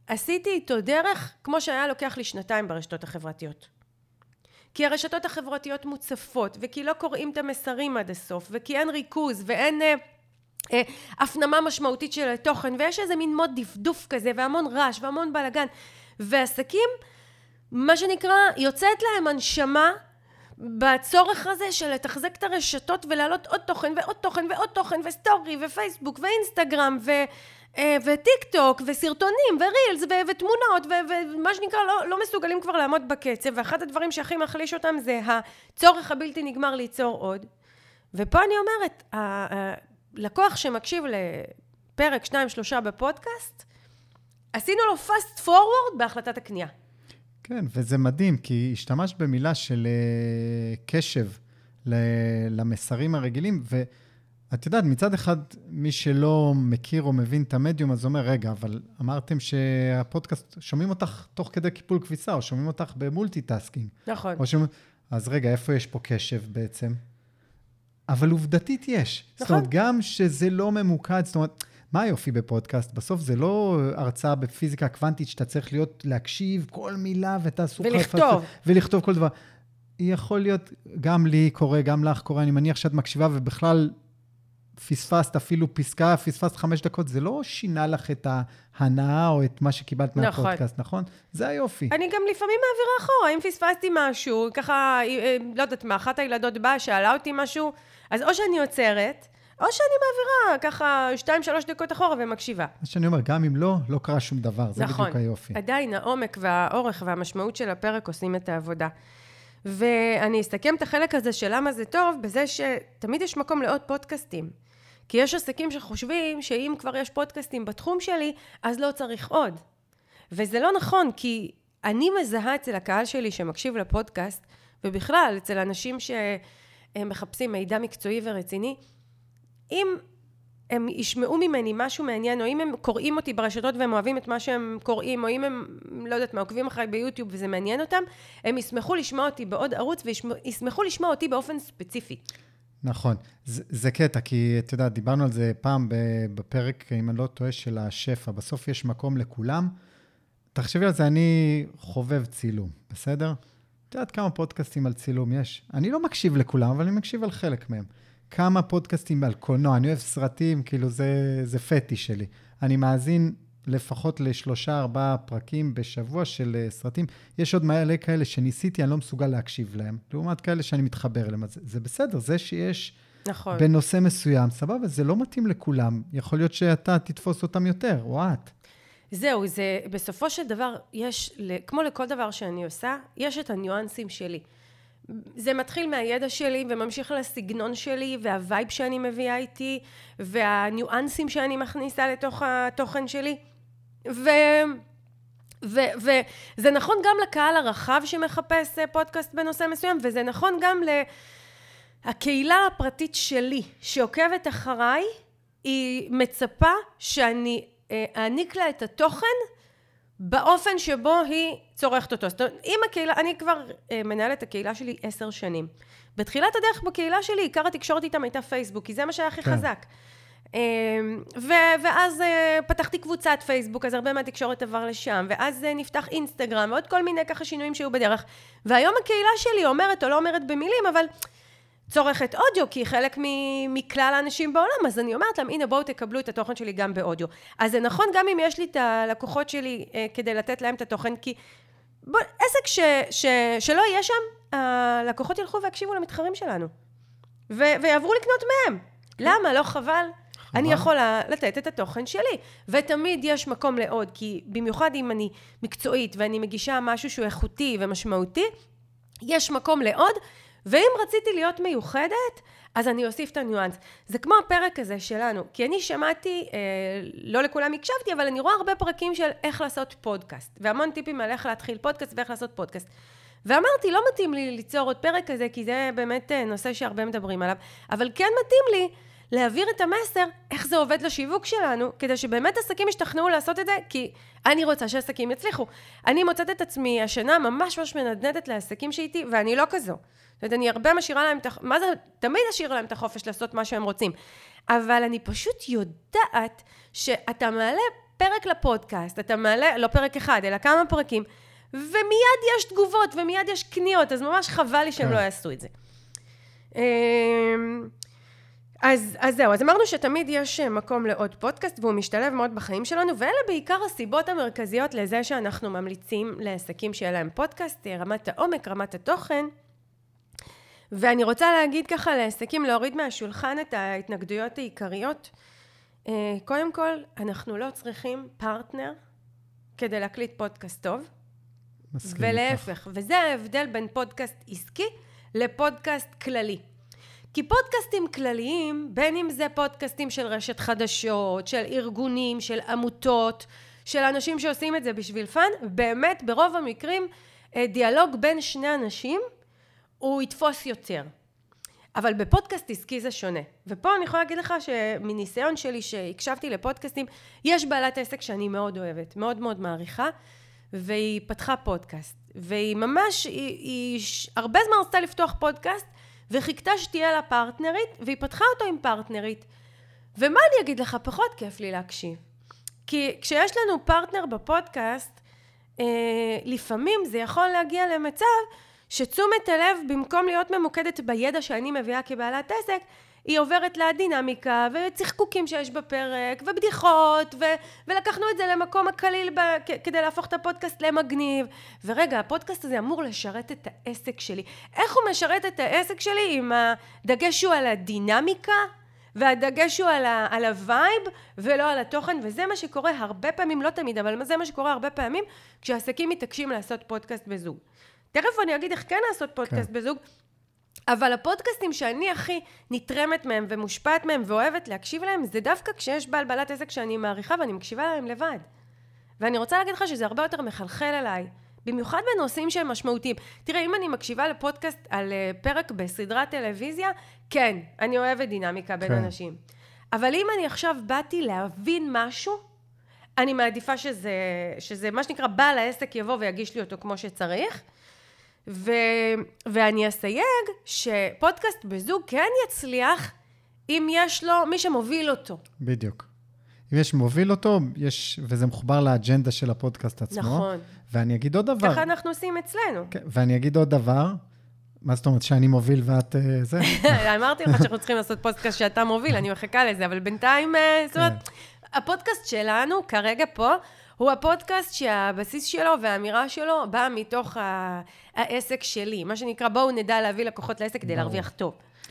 עשיתי איתו דרך כמו שהיה לוקח לי שנתיים ברשתות החברתיות. כי הרשתות החברתיות מוצפות, וכי לא קוראים את המסרים עד הסוף, וכי אין ריכוז, ואין אה, אה, הפנמה משמעותית של התוכן, ויש איזה מין מוד דפדוף כזה, והמון רעש, והמון בלגן. ועסקים, מה שנקרא, יוצאת להם הנשמה בצורך הזה של לתחזק את הרשתות, ולהעלות עוד תוכן, ועוד תוכן, ועוד תוכן, וסטורי, ופייסבוק, ואינסטגרם, ו... וטיק טוק, וסרטונים, ורילס, ו- ותמונות, ו- ומה שנקרא, לא, לא מסוגלים כבר לעמוד בקצב, ואחד הדברים שהכי מחליש אותם זה הצורך הבלתי נגמר ליצור עוד. ופה אני אומרת, הלקוח שמקשיב לפרק שניים שלושה בפודקאסט, עשינו לו fast forward בהחלטת הקנייה. כן, וזה מדהים, כי השתמשת במילה של קשב למסרים הרגילים, ו... את יודעת, מצד אחד, מי שלא מכיר או מבין את המדיום, אז אומר, רגע, אבל אמרתם שהפודקאסט, שומעים אותך תוך כדי קיפול כביסה, או שומעים אותך במולטי-טאסקינג. נכון. שומע... אז רגע, איפה יש פה קשב בעצם? אבל עובדתית יש. נכון. זאת אומרת, גם שזה לא ממוקד, זאת אומרת, מה היופי בפודקאסט? בסוף זה לא הרצאה בפיזיקה קוונטית, שאתה צריך להיות, להקשיב כל מילה, ותעשו... ולכתוב. ולכתוב כל דבר. יכול להיות, גם לי קורה, גם לך קורה, אני מניח שאת מקשיבה, ובכלל פספסת אפילו פסקה, פספסת חמש דקות, זה לא שינה לך את ההנאה או את מה שקיבלת מהפודקאסט, נכון? זה היופי. אני גם לפעמים מעבירה אחורה, אם פספסתי משהו, ככה, לא יודעת מה, אחת הילדות באה, שאלה אותי משהו, אז או שאני עוצרת, או שאני מעבירה ככה שתיים, שלוש דקות אחורה ומקשיבה. אז שאני אומר, גם אם לא, לא קרה שום דבר, זה נכון. בדיוק היופי. עדיין העומק והאורך והמשמעות של הפרק עושים את העבודה. ואני אסתכם את החלק הזה של למה זה טוב, בזה שתמיד יש מקום לעוד פודקאסטים. כי יש עסקים שחושבים שאם כבר יש פודקאסטים בתחום שלי, אז לא צריך עוד. וזה לא נכון, כי אני מזהה אצל הקהל שלי שמקשיב לפודקאסט, ובכלל אצל אנשים שמחפשים מידע מקצועי ורציני, אם הם ישמעו ממני משהו מעניין, או אם הם קוראים אותי ברשתות והם אוהבים את מה שהם קוראים, או אם הם, לא יודעת מה, עוקבים אחרי ביוטיוב וזה מעניין אותם, הם ישמחו לשמוע אותי בעוד ערוץ, וישמחו לשמוע אותי באופן ספציפי. נכון, זה, זה קטע, כי אתה יודע, דיברנו על זה פעם בפרק, אם אני לא טועה, של השפע, בסוף יש מקום לכולם. תחשבי על זה, אני חובב צילום, בסדר? אתה יודעת כמה פודקאסטים על צילום יש? אני לא מקשיב לכולם, אבל אני מקשיב על חלק מהם. כמה פודקאסטים על קולנוע, אני אוהב סרטים, כאילו זה, זה פטי שלי. אני מאזין לפחות לשלושה, ארבעה פרקים בשבוע של סרטים. יש עוד מלא כאלה שניסיתי, אני לא מסוגל להקשיב להם. לעומת כאלה שאני מתחבר אליהם. זה, זה בסדר, זה שיש נכון. בנושא מסוים, סבבה, זה לא מתאים לכולם. יכול להיות שאתה תתפוס אותם יותר, או את. זהו, זה בסופו של דבר, יש, כמו לכל דבר שאני עושה, יש את הניואנסים שלי. זה מתחיל מהידע שלי וממשיך לסגנון שלי והווייב שאני מביאה איתי והניואנסים שאני מכניסה לתוך התוכן שלי. ו... ו... וזה נכון גם לקהל הרחב שמחפש פודקאסט בנושא מסוים, וזה נכון גם לקהילה הפרטית שלי שעוקבת אחריי, היא מצפה שאני אעניק לה את התוכן באופן שבו היא צורכת אותו. זאת אומרת, אם הקהילה, אני כבר מנהלת הקהילה שלי עשר שנים. בתחילת הדרך בקהילה שלי, עיקר התקשורת איתם הייתה פייסבוק, כי זה מה שהיה הכי כן. חזק. ו- ואז פתחתי קבוצת פייסבוק, אז הרבה מהתקשורת עבר לשם, ואז נפתח אינסטגרם, ועוד כל מיני ככה שינויים שהיו בדרך. והיום הקהילה שלי אומרת, או לא אומרת במילים, אבל צורכת אודיו, כי היא חלק מ- מכלל האנשים בעולם, אז אני אומרת להם, הנה בואו תקבלו את התוכן שלי גם באודיו. אז זה נכון גם אם יש לי את הלקוחות שלי אה, כדי לתת להם את התוכן, כי בוא, עסק ש- ש- שלא יהיה שם, הלקוחות ילכו והקשיבו למתחרים שלנו, ו- ויעברו לקנות מהם. למה? לא חבל? חבל? אני יכולה לתת את התוכן שלי, ותמיד יש מקום לעוד, כי במיוחד אם אני מקצועית, ואני מגישה משהו שהוא איכותי ומשמעותי, יש מקום לעוד, ואם רציתי להיות מיוחדת, אז אני אוסיף את הניואנס. זה כמו הפרק הזה שלנו, כי אני שמעתי, אה, לא לכולם הקשבתי, אבל אני רואה הרבה פרקים של איך לעשות פודקאסט, והמון טיפים על איך להתחיל פודקאסט ואיך לעשות פודקאסט. ואמרתי, לא מתאים לי ליצור עוד פרק כזה, כי זה באמת נושא שהרבה מדברים עליו, אבל כן מתאים לי להעביר את המסר, איך זה עובד לשיווק שלנו, כדי שבאמת עסקים ישתכנעו לעשות את זה, כי אני רוצה שעסקים יצליחו. אני מוצאת את עצמי השנה ממש ממש מנדנדת לעסקים שאיתי, ואני לא כזו. זאת אומרת, אני הרבה משאירה להם, מה זה, תמיד אשאיר להם את החופש לעשות מה שהם רוצים. אבל אני פשוט יודעת שאתה מעלה פרק לפודקאסט, אתה מעלה, לא פרק אחד, אלא כמה פרקים, ומיד יש תגובות, ומיד יש קניות, אז ממש חבל לי שהם לא יעשו את זה. אז, אז זהו, אז אמרנו שתמיד יש מקום לעוד פודקאסט, והוא משתלב מאוד בחיים שלנו, ואלה בעיקר הסיבות המרכזיות לזה שאנחנו ממליצים לעסקים שיהיה להם פודקאסט, רמת העומק, רמת התוכן. ואני רוצה להגיד ככה לעסקים, להוריד מהשולחן את ההתנגדויות העיקריות. קודם כל, אנחנו לא צריכים פרטנר כדי להקליט פודקאסט טוב, ולהפך, וזה ההבדל בין פודקאסט עסקי לפודקאסט כללי. כי פודקאסטים כלליים, בין אם זה פודקאסטים של רשת חדשות, של ארגונים, של עמותות, של אנשים שעושים את זה בשביל פן, באמת ברוב המקרים דיאלוג בין שני אנשים הוא יתפוס יותר. אבל בפודקאסט עסקי זה שונה. ופה אני יכולה להגיד לך שמניסיון שלי שהקשבתי לפודקאסטים, יש בעלת עסק שאני מאוד אוהבת, מאוד מאוד מעריכה, והיא פתחה פודקאסט. והיא ממש, היא, היא הרבה זמן רצתה לפתוח פודקאסט, וחיכתה שתהיה לה פרטנרית, והיא פתחה אותו עם פרטנרית. ומה אני אגיד לך? פחות כיף לי להקשיב. כי כשיש לנו פרטנר בפודקאסט, אה, לפעמים זה יכול להגיע למצב שתשומת הלב, במקום להיות ממוקדת בידע שאני מביאה כבעלת עסק, היא עוברת לדינמיקה, וצחקוקים שיש בפרק, ובדיחות, ו- ולקחנו את זה למקום הקליל ב- כ- כדי להפוך את הפודקאסט למגניב. ורגע, הפודקאסט הזה אמור לשרת את העסק שלי. איך הוא משרת את העסק שלי? אם הדגש הוא על הדינמיקה, והדגש הוא על, ה- על הווייב, ולא על התוכן, וזה מה שקורה הרבה פעמים, לא תמיד, אבל זה מה שקורה הרבה פעמים, כשעסקים מתעקשים לעשות פודקאסט בזוג. תכף אני אגיד איך כן לעשות פודקאסט כן. בזוג, אבל הפודקאסטים שאני הכי נתרמת מהם ומושפעת מהם ואוהבת להקשיב להם, זה דווקא כשיש בעל בעלת עסק שאני מעריכה ואני מקשיבה להם לבד. ואני רוצה להגיד לך שזה הרבה יותר מחלחל אליי, במיוחד בנושאים שהם משמעותיים. תראה, אם אני מקשיבה לפודקאסט על פרק בסדרת טלוויזיה, כן, אני אוהבת דינמיקה בין כן. אנשים. אבל אם אני עכשיו באתי להבין משהו, אני מעדיפה שזה, שזה מה שנקרא בעל העסק יבוא ויגיש לי אותו כמו שצריך, ו... ואני אסייג שפודקאסט בזוג כן יצליח אם יש לו מי שמוביל אותו. בדיוק. אם יש מוביל אותו, יש, וזה מחובר לאג'נדה של הפודקאסט עצמו. נכון. ואני אגיד עוד דבר. ככה אנחנו עושים אצלנו. כן, ואני אגיד עוד דבר. מה זאת אומרת, שאני מוביל ואת זה? אמרתי לך שאנחנו צריכים לעשות פודקאסט שאתה מוביל, אני מחכה לזה, אבל בינתיים, זאת אומרת, הפודקאסט שלנו כרגע פה, הוא הפודקאסט שהבסיס שלו והאמירה שלו באה מתוך העסק שלי. מה שנקרא, בואו נדע להביא לקוחות לעסק כדי להרוויח טוב.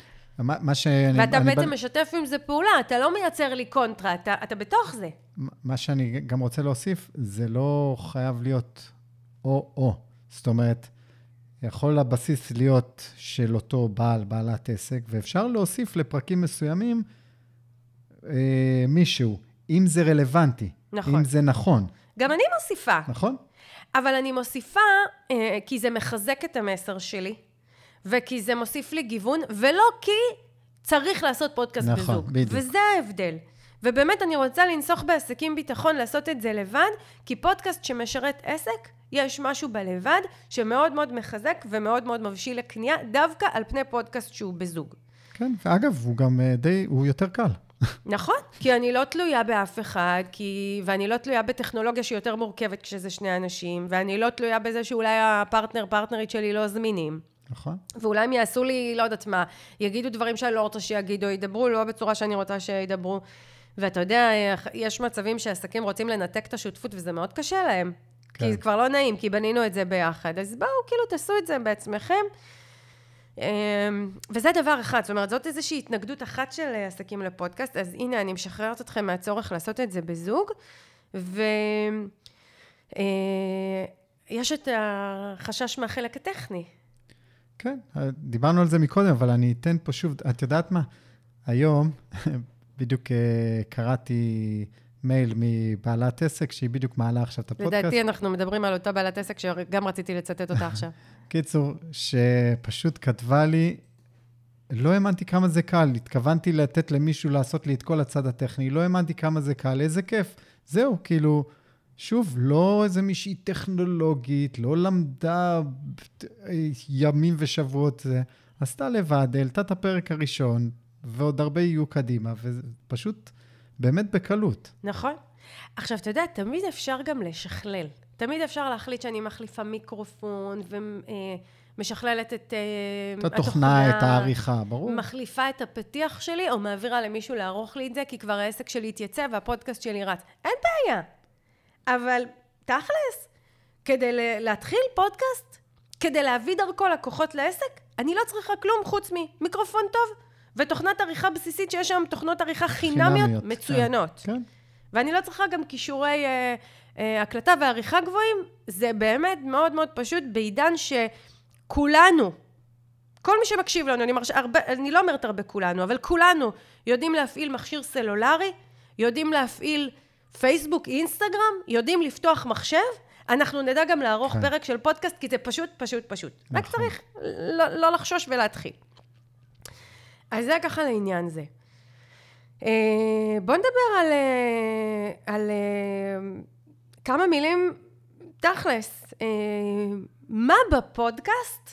מה שאני... ואתה בעצם משתף עם זה פעולה, אתה לא מייצר לי קונטרה, אתה, אתה בתוך זה. מה שאני גם רוצה להוסיף, זה לא חייב להיות או-או. זאת אומרת, יכול הבסיס להיות של אותו בעל, בעלת עסק, ואפשר להוסיף לפרקים מסוימים אה, מישהו, אם זה רלוונטי. נכון. אם זה נכון. גם אני מוסיפה. נכון. אבל אני מוסיפה, אה, כי זה מחזק את המסר שלי, וכי זה מוסיף לי גיוון, ולא כי צריך לעשות פודקאסט נכון, בזוג. בדיוק. וזה ההבדל. ובאמת אני רוצה לנסוך בעסקים ביטחון לעשות את זה לבד, כי פודקאסט שמשרת עסק, יש משהו בלבד שמאוד מאוד מחזק ומאוד מאוד מבשיל לקנייה, דווקא על פני פודקאסט שהוא בזוג. כן, ואגב, הוא גם די, הוא יותר קל. נכון, כי אני לא תלויה באף אחד, כי, ואני לא תלויה בטכנולוגיה שהיא יותר מורכבת כשזה שני אנשים, ואני לא תלויה בזה שאולי הפרטנר, פרטנרית שלי לא זמינים. נכון. ואולי הם יעשו לי, לא יודעת מה, יגידו דברים שאני לא רוצה שיגידו, ידברו לא בצורה שאני רוצה שידברו. ואתה יודע, יש מצבים שעסקים רוצים לנתק את השותפות, וזה מאוד קשה להם. כן. כי זה כבר לא נעים, כי בנינו את זה ביחד. אז בואו, כאילו, תעשו את זה בעצמכם. וזה דבר אחד, זאת אומרת, זאת איזושהי התנגדות אחת של עסקים לפודקאסט, אז הנה, אני משחררת אתכם מהצורך לעשות את זה בזוג, ויש את החשש מהחלק הטכני. כן, דיברנו על זה מקודם, אבל אני אתן פה שוב, את יודעת מה? היום, בדיוק קראתי מייל מבעלת עסק, שהיא בדיוק מעלה עכשיו את הפודקאסט. לדעתי אנחנו מדברים על אותה בעלת עסק, שגם רציתי לצטט אותה עכשיו. קיצור, שפשוט כתבה לי, לא האמנתי כמה זה קל, התכוונתי לתת למישהו לעשות לי את כל הצד הטכני, לא האמנתי כמה זה קל, איזה כיף. זהו, כאילו, שוב, לא איזה מישהי טכנולוגית, לא למדה ימים ושבועות, זה, עשתה לבד, העלתה את הפרק הראשון, ועוד הרבה יהיו קדימה, ופשוט באמת בקלות. נכון. עכשיו, אתה יודע, תמיד אפשר גם לשכלל. תמיד אפשר להחליט שאני מחליפה מיקרופון ומשכללת את התוכנה, את העריכה, ברור. מחליפה את הפתיח שלי, או מעבירה למישהו לערוך לי את זה, כי כבר העסק שלי התייצב והפודקאסט שלי רץ. אין בעיה. אבל תכלס, כדי להתחיל פודקאסט, כדי להביא דרכו לקוחות לעסק, אני לא צריכה כלום חוץ ממיקרופון טוב, ותוכנת עריכה בסיסית שיש שם תוכנות עריכה חינמיות, חינמיות מצוינות. כן, כן. ואני לא צריכה גם כישורי אה, אה, הקלטה ועריכה גבוהים. זה באמת מאוד מאוד פשוט, בעידן שכולנו, כל מי שמקשיב לנו, אני, מרש... הרבה, אני לא אומרת הרבה כולנו, אבל כולנו יודעים להפעיל מכשיר סלולרי, יודעים להפעיל פייסבוק, אינסטגרם, יודעים לפתוח מחשב, אנחנו נדע גם לערוך כן. פרק של פודקאסט, כי זה פשוט, פשוט, פשוט. נכון. רק צריך לא, לא לחשוש ולהתחיל. אז זה ככה לעניין זה. בוא נדבר על, על כמה מילים תכלס. מה בפודקאסט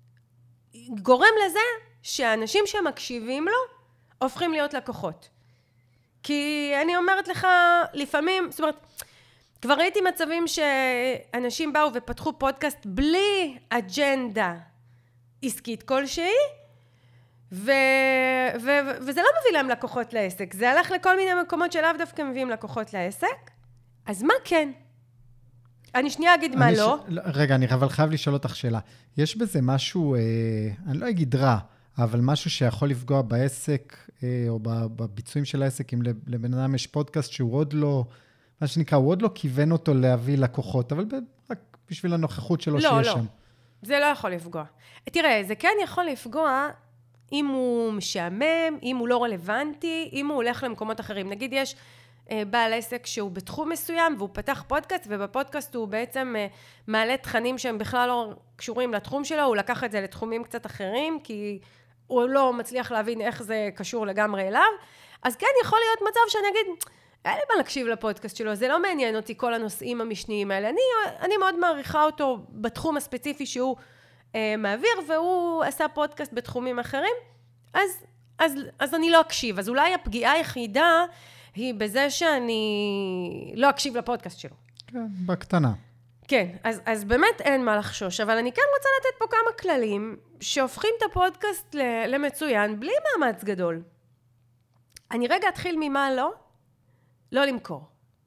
גורם לזה שאנשים שמקשיבים לו הופכים להיות לקוחות? כי אני אומרת לך, לפעמים, זאת אומרת, כבר ראיתי מצבים שאנשים באו ופתחו פודקאסט בלי אג'נדה עסקית כלשהי, ו... ו... וזה לא מביא להם לקוחות לעסק. זה הלך לכל מיני מקומות שלאו דווקא מביאים לקוחות לעסק. אז מה כן? אני שנייה אגיד מה ש... לא. רגע, אני אבל חייב לשאול אותך שאלה. יש בזה משהו, אה, אני לא אגיד רע, אבל משהו שיכול לפגוע בעסק, אה, או בביצועים של העסק, אם לבן אדם יש פודקאסט שהוא עוד לא, מה שנקרא, הוא עוד לא כיוון אותו להביא לקוחות, אבל רק בשביל הנוכחות שלו לא, שיש לא. שם. זה לא יכול לפגוע. תראה, זה כן יכול לפגוע אם הוא משעמם, אם הוא לא רלוונטי, אם הוא הולך למקומות אחרים. נגיד יש אה, בעל עסק שהוא בתחום מסוים, והוא פתח פודקאסט, ובפודקאסט הוא בעצם אה, מעלה תכנים שהם בכלל לא קשורים לתחום שלו, הוא לקח את זה לתחומים קצת אחרים, כי הוא לא מצליח להבין איך זה קשור לגמרי אליו. אז כן יכול להיות מצב שאני אגיד, אין לי מה להקשיב לפודקאסט שלו, זה לא מעניין אותי כל הנושאים המשניים האלה. אני, אני מאוד מעריכה אותו בתחום הספציפי שהוא מעביר, והוא עשה פודקאסט בתחומים אחרים, אז, אז, אז אני לא אקשיב. אז אולי הפגיעה היחידה היא בזה שאני לא אקשיב לפודקאסט שלו. כן, בקטנה. כן, אז, אז באמת אין מה לחשוש, אבל אני כן רוצה לתת פה כמה כללים שהופכים את הפודקאסט למצוין בלי מאמץ גדול. אני רגע אתחיל ממה לא? לא למכור.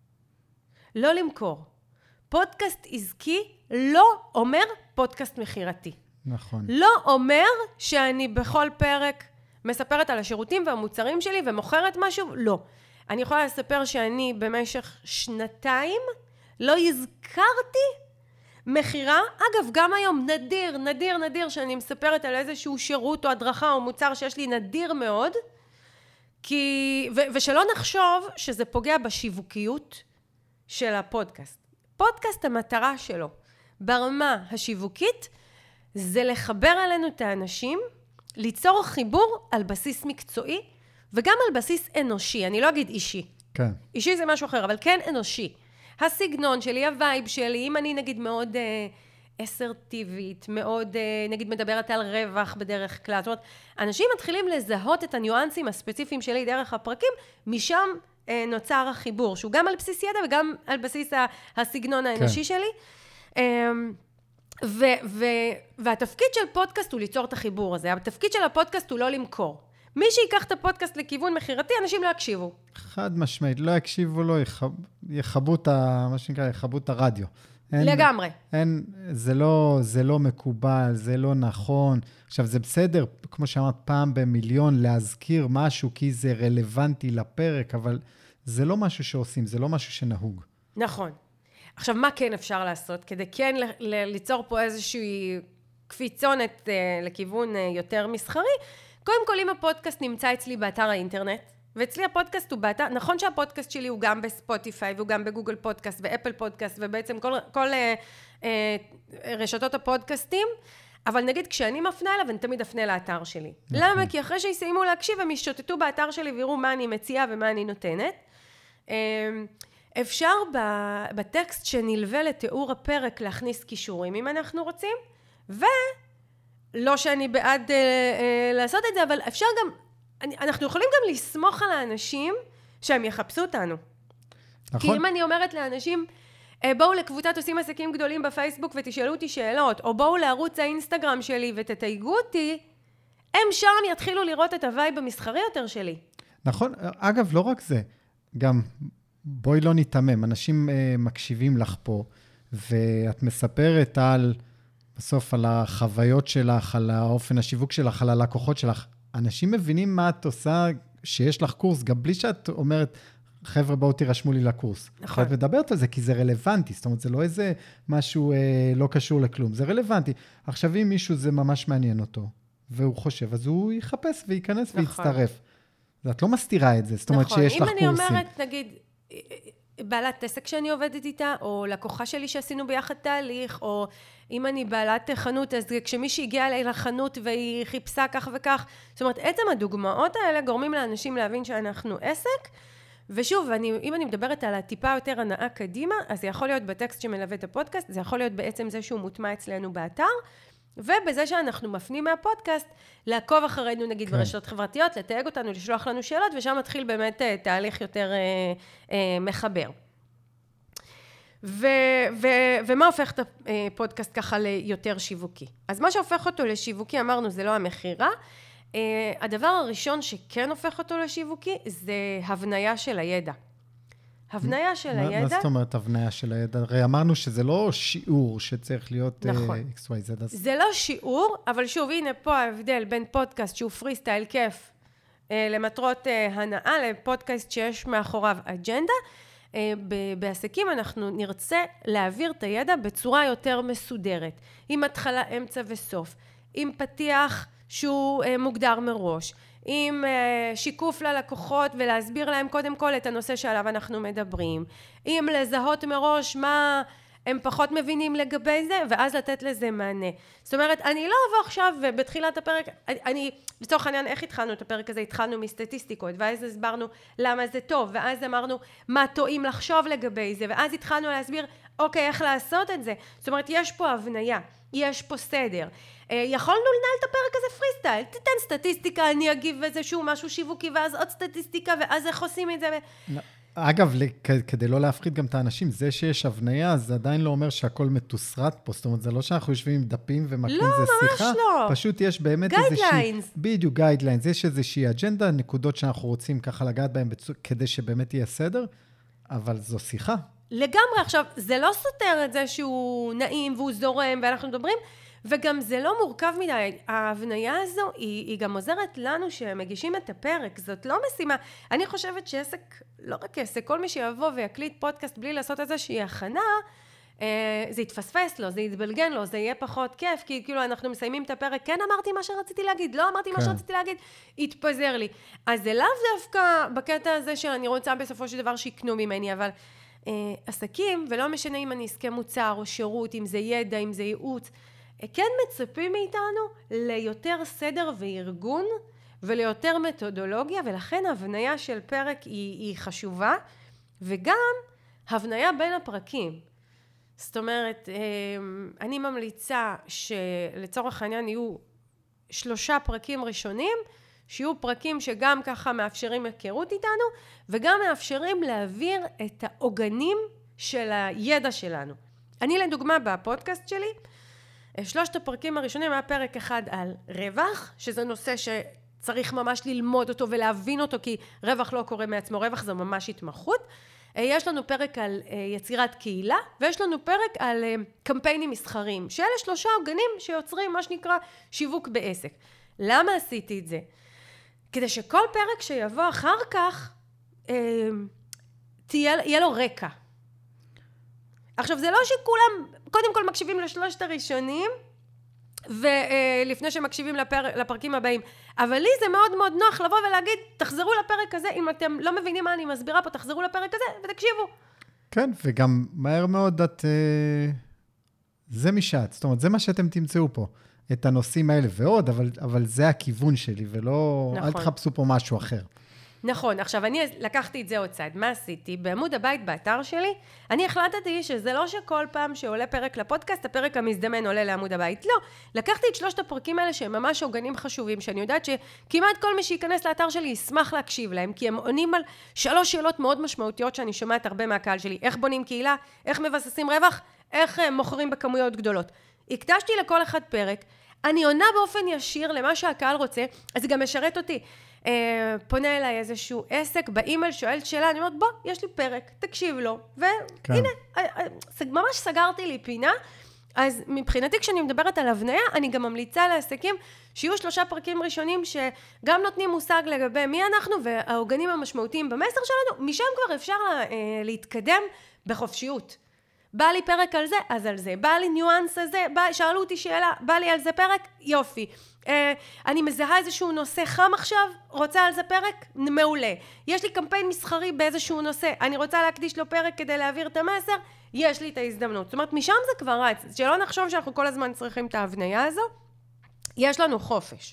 לא למכור. פודקאסט עסקי לא אומר פודקאסט מחירתי. נכון. לא אומר שאני בכל פרק מספרת על השירותים והמוצרים שלי ומוכרת משהו, לא. אני יכולה לספר שאני במשך שנתיים לא הזכרתי מחירה. אגב, גם היום נדיר, נדיר, נדיר שאני מספרת על איזשהו שירות או הדרכה או מוצר שיש לי נדיר מאוד, כי, ו, ושלא נחשוב שזה פוגע בשיווקיות של הפודקאסט. פודקאסט המטרה שלו ברמה השיווקית זה לחבר אלינו את האנשים, ליצור חיבור על בסיס מקצועי וגם על בסיס אנושי. אני לא אגיד אישי. כן. אישי זה משהו אחר, אבל כן אנושי. הסגנון שלי, הווייב שלי, אם אני נגיד מאוד אה, אסרטיבית, מאוד אה, נגיד מדברת על רווח בדרך כלל. זאת אומרת, אנשים מתחילים לזהות את הניואנסים הספציפיים שלי דרך הפרקים, משם אה, נוצר החיבור, שהוא גם על בסיס ידע וגם על בסיס הסגנון האנושי כן. שלי. אה, ו, ו, והתפקיד של פודקאסט הוא ליצור את החיבור הזה. התפקיד של הפודקאסט הוא לא למכור. מי שיקח את הפודקאסט לכיוון מחירתי, אנשים לא יקשיבו. חד משמעית, לא יקשיבו, לא יחב, יחבו את ה, מה שנקרא, יחבו את הרדיו. אין, לגמרי. אין, זה לא, זה לא מקובל, זה לא נכון. עכשיו, זה בסדר, כמו שאמרת, פעם במיליון להזכיר משהו, כי זה רלוונטי לפרק, אבל זה לא משהו שעושים, זה לא משהו שנהוג. נכון. עכשיו, מה כן אפשר לעשות? כדי כן ל- ל- ליצור פה איזושהי קפיצונת uh, לכיוון uh, יותר מסחרי, קודם כל, אם הפודקאסט נמצא אצלי באתר האינטרנט, ואצלי הפודקאסט הוא באתר, נכון שהפודקאסט שלי הוא גם בספוטיפיי, והוא גם בגוגל פודקאסט ואפל פודקאסט, ובעצם כל, כל אה, אה, רשתות הפודקאסטים, אבל נגיד כשאני מפנה אליו, אני תמיד אפנה לאתר שלי. נכון. למה? כי אחרי שיסיימו להקשיב, הם ישוטטו באתר שלי ויראו מה אני מציעה ומה אני נותנת. אה, אפשר בטקסט שנלווה לתיאור הפרק להכניס קישורים, אם אנחנו רוצים, ו... לא שאני בעד אה, אה, לעשות את זה, אבל אפשר גם, אני, אנחנו יכולים גם לסמוך על האנשים שהם יחפשו אותנו. נכון. כי אם אני אומרת לאנשים, בואו לקבוצת עושים עסקים גדולים בפייסבוק ותשאלו אותי שאלות, או בואו לערוץ האינסטגרם שלי ותתייגו אותי, הם שם יתחילו לראות את הווייב המסחרי יותר שלי. נכון, אגב, לא רק זה, גם בואי לא ניתמם, אנשים uh, מקשיבים לך פה, ואת מספרת על, בסוף על החוויות שלך, על האופן השיווק שלך, על הלקוחות שלך, אנשים מבינים מה את עושה, שיש לך קורס, גם בלי שאת אומרת, חבר'ה, בואו תירשמו לי לקורס. נכון. את מדברת על זה, כי זה רלוונטי, זאת אומרת, זה לא איזה משהו אה, לא קשור לכלום, זה רלוונטי. עכשיו, אם מישהו זה ממש מעניין אותו, והוא חושב, אז הוא יחפש וייכנס נכון. ויצטרף. ואת לא מסתירה את זה, זאת אומרת נכון. שיש לך קורסים. אם אני אומרת, נגיד, בעלת עסק שאני עובדת איתה, או לקוחה שלי שעשינו ביחד תהליך, או אם אני בעלת חנות, אז כשמישהי הגיעה אליי לחנות והיא חיפשה כך וכך, זאת אומרת, עצם הדוגמאות האלה גורמים לאנשים להבין שאנחנו עסק, ושוב, אני, אם אני מדברת על הטיפה יותר הנאה קדימה, אז זה יכול להיות בטקסט שמלווה את הפודקאסט, זה יכול להיות בעצם זה שהוא מוטמע אצלנו באתר, ובזה שאנחנו מפנים מהפודקאסט, לעקוב אחרינו נגיד כן. ברשתות חברתיות, לתייג אותנו, לשלוח לנו שאלות, ושם מתחיל באמת uh, תהליך יותר uh, uh, מחבר. ו- ו- ומה הופך את הפודקאסט ככה ליותר שיווקי? אז מה שהופך אותו לשיווקי, אמרנו, זה לא המחירה, Uh, הדבר הראשון שכן הופך אותו לשיווקי, זה הבניה של הידע. הבניה של מה, הידע... מה זאת אומרת הבניה של הידע? הרי אמרנו שזה לא שיעור שצריך להיות נכון. uh, אקס וואי זד. זה לא שיעור, אבל שוב, הנה פה ההבדל בין פודקאסט שהוא פרי סטייל כיף, uh, למטרות uh, הנאה, לפודקאסט שיש מאחוריו אג'נדה. Uh, ב- בעסקים אנחנו נרצה להעביר את הידע בצורה יותר מסודרת, עם התחלה, אמצע וסוף, עם פתיח... שהוא אה, מוגדר מראש, עם אה, שיקוף ללקוחות ולהסביר להם קודם כל את הנושא שעליו אנחנו מדברים, עם לזהות מראש מה הם פחות מבינים לגבי זה, ואז לתת לזה מענה. זאת אומרת, אני לא אבוא עכשיו ובתחילת הפרק, אני, אני לצורך העניין, איך התחלנו את הפרק הזה? התחלנו מסטטיסטיקות, ואז הסברנו למה זה טוב, ואז אמרנו מה טועים לחשוב לגבי זה, ואז התחלנו להסביר, אוקיי, איך לעשות את זה. זאת אומרת, יש פה הבניה, יש פה סדר. יכולנו לנהל את הפרק הזה פרי סטייל, תיתן סטטיסטיקה, אני אגיב איזשהו משהו שיווקי, ואז עוד סטטיסטיקה, ואז איך עושים את זה. אגב, כדי לא להפחיד גם את האנשים, זה שיש הבניה, זה עדיין לא אומר שהכל מתוסרט פה, זאת אומרת, זה לא שאנחנו יושבים עם דפים ומקרים, לא, זה שיחה. ממש לא. פשוט יש באמת איזושהי... גיידליינס. בדיוק, גיידליינס. יש איזושהי אג'נדה, נקודות שאנחנו רוצים ככה לגעת בהן, כדי שבאמת יהיה סדר, אבל זו שיחה. לגמרי, עכשיו, זה לא סותר את זה שהוא נעים והוא זורם, ואנחנו מדברים, וגם זה לא מורכב מדי. ההבניה הזו היא, היא גם עוזרת לנו שמגישים את הפרק. זאת לא משימה. אני חושבת שעסק, לא רק עסק, כל מי שיבוא ויקליט פודקאסט בלי לעשות איזושהי הכנה, אה, זה יתפספס לו, זה יתבלגן לו, זה יהיה פחות כיף, כי כאילו אנחנו מסיימים את הפרק, כן אמרתי מה שרציתי להגיד, לא אמרתי כן. מה שרציתי להגיד, יתפזר לי. אז זה לאו דווקא בקטע הזה שאני רוצה בסופו של דבר שיקנו ממני, אבל אה, עסקים, ולא משנה אם אני עסקי מוצר או שירות, אם זה ידע, אם זה ייעוץ, כן מצפים מאיתנו ליותר סדר וארגון וליותר מתודולוגיה, ולכן הבניה של פרק היא, היא חשובה, וגם הבניה בין הפרקים. זאת אומרת, אני ממליצה שלצורך העניין יהיו שלושה פרקים ראשונים, שיהיו פרקים שגם ככה מאפשרים היכרות איתנו, וגם מאפשרים להעביר את העוגנים של הידע שלנו. אני לדוגמה בפודקאסט שלי, שלושת הפרקים הראשונים היה פרק אחד על רווח, שזה נושא שצריך ממש ללמוד אותו ולהבין אותו, כי רווח לא קורה מעצמו, רווח זה ממש התמחות. יש לנו פרק על יצירת קהילה, ויש לנו פרק על קמפיינים מסחריים, שאלה שלושה עוגנים שיוצרים מה שנקרא שיווק בעסק. למה עשיתי את זה? כדי שכל פרק שיבוא אחר כך, תהיה, יהיה לו רקע. עכשיו, זה לא שכולם, קודם כל מקשיבים לשלושת הראשונים, ולפני שמקשיבים לפר, לפרקים הבאים. אבל לי זה מאוד מאוד נוח לבוא ולהגיד, תחזרו לפרק הזה, אם אתם לא מבינים מה אני מסבירה פה, תחזרו לפרק הזה ותקשיבו. כן, וגם מהר מאוד את... זה משעת, זאת אומרת, זה מה שאתם תמצאו פה. את הנושאים האלה ועוד, אבל, אבל זה הכיוון שלי, ולא... נכון. אל תחפשו פה משהו אחר. נכון, עכשיו אני לקחתי את זה עוד צעד. מה עשיתי? בעמוד הבית באתר שלי, אני החלטתי שזה לא שכל פעם שעולה פרק לפודקאסט, הפרק המזדמן עולה לעמוד הבית. לא, לקחתי את שלושת הפרקים האלה שהם ממש עוגנים חשובים, שאני יודעת שכמעט כל מי שייכנס לאתר שלי ישמח להקשיב להם, כי הם עונים על שלוש שאלות מאוד משמעותיות שאני שומעת הרבה מהקהל שלי. איך בונים קהילה? איך מבססים רווח? איך מוכרים בכמויות גדולות? הקדשתי לכל אחד פרק, אני עונה באופן ישיר למה שהקהל רוצה, אז זה גם משרת אותי. אה, פונה אליי איזשהו עסק, באימייל שואלת שאלה, אני אומרת, בוא, יש לי פרק, תקשיב לו, והנה, כן. אה, אה, ממש סגרתי לי פינה, אז מבחינתי כשאני מדברת על הבניה, אני גם ממליצה לעסקים שיהיו שלושה פרקים ראשונים שגם נותנים מושג לגבי מי אנחנו והעוגנים המשמעותיים במסר שלנו, משם כבר אפשר לה, אה, להתקדם בחופשיות. בא לי פרק על זה, אז על זה. בא לי ניואנס הזה, בא, שאלו אותי שאלה, בא לי על זה פרק, יופי. אה, אני מזהה איזשהו נושא חם עכשיו, רוצה על זה פרק, מעולה. יש לי קמפיין מסחרי באיזשהו נושא, אני רוצה להקדיש לו פרק כדי להעביר את המסר, יש לי את ההזדמנות. זאת אומרת, משם זה כבר רץ. שלא נחשוב שאנחנו כל הזמן צריכים את ההבניה הזו, יש לנו חופש.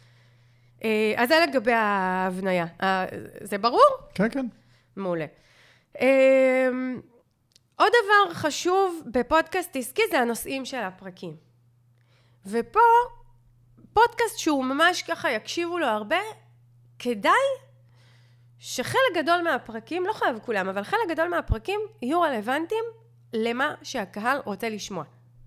אה, אז זה לגבי ההבניה. אה, זה ברור? כן, כן. מעולה. אה, עוד דבר חשוב בפודקאסט עסקי זה הנושאים של הפרקים. ופה, פודקאסט שהוא ממש ככה יקשיבו לו הרבה, כדאי שחלק גדול מהפרקים, לא חייב כולם, אבל חלק גדול מהפרקים יהיו רלוונטיים למה שהקהל רוצה לשמוע.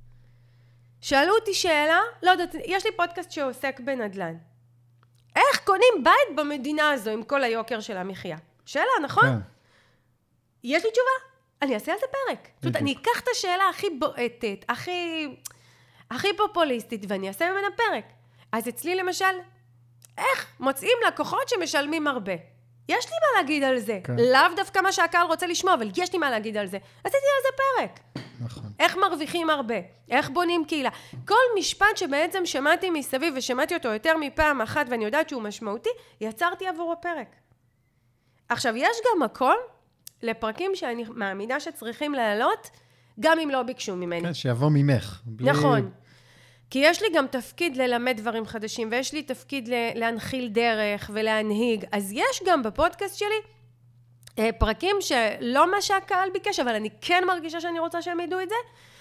שאלו אותי שאלה, לא יודעת, יש לי פודקאסט שעוסק בנדל"ן. איך קונים בית במדינה הזו עם כל היוקר של המחיה? שאלה, נכון? כן. יש לי תשובה. אני אעשה על זה פרק. זאת אומרת, אני אקח את השאלה הכי בועטת, הכי, הכי פופוליסטית, ואני אעשה ממנה פרק. אז אצלי למשל, איך מוצאים לקוחות שמשלמים הרבה? יש לי מה להגיד על זה. כן. לאו דווקא מה שהקהל רוצה לשמוע, אבל יש לי מה להגיד על זה. עשיתי על זה פרק. נכון. איך מרוויחים הרבה? איך בונים קהילה? כל משפט שבעצם שמעתי מסביב, ושמעתי אותו יותר מפעם אחת, ואני יודעת שהוא משמעותי, יצרתי עבורו פרק. עכשיו, יש גם מקום לפרקים שאני מאמינה שצריכים לעלות, גם אם לא ביקשו ממני. כן, שיבוא ממך. בלי... נכון. כי יש לי גם תפקיד ללמד דברים חדשים, ויש לי תפקיד להנחיל דרך ולהנהיג. אז יש גם בפודקאסט שלי פרקים שלא מה שהקהל ביקש, אבל אני כן מרגישה שאני רוצה שהם ידעו את זה.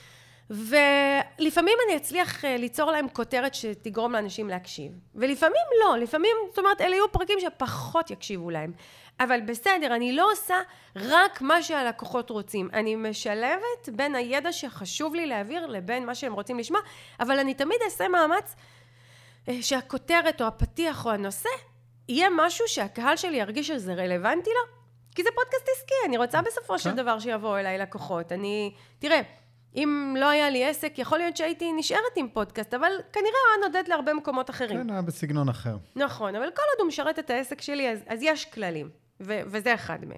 ולפעמים אני אצליח ליצור להם כותרת שתגרום לאנשים להקשיב. ולפעמים לא, לפעמים, זאת אומרת, אלה יהיו פרקים שפחות יקשיבו להם. אבל בסדר, אני לא עושה רק מה שהלקוחות רוצים. אני משלבת בין הידע שחשוב לי להעביר לבין מה שהם רוצים לשמוע, אבל אני תמיד אעשה מאמץ שהכותרת או הפתיח או הנושא יהיה משהו שהקהל שלי ירגיש שזה רלוונטי לו, כי זה פודקאסט עסקי, אני רוצה בסופו של דבר שיבואו אליי לקוחות. אני, תראה, אם לא היה לי עסק, יכול להיות שהייתי נשארת עם פודקאסט, אבל כנראה הוא נודד להרבה מקומות אחרים. כן, היה בסגנון אחר. נכון, אבל כל עוד הוא משרת את העסק שלי, אז, אז יש כללים, ו- וזה אחד מהם.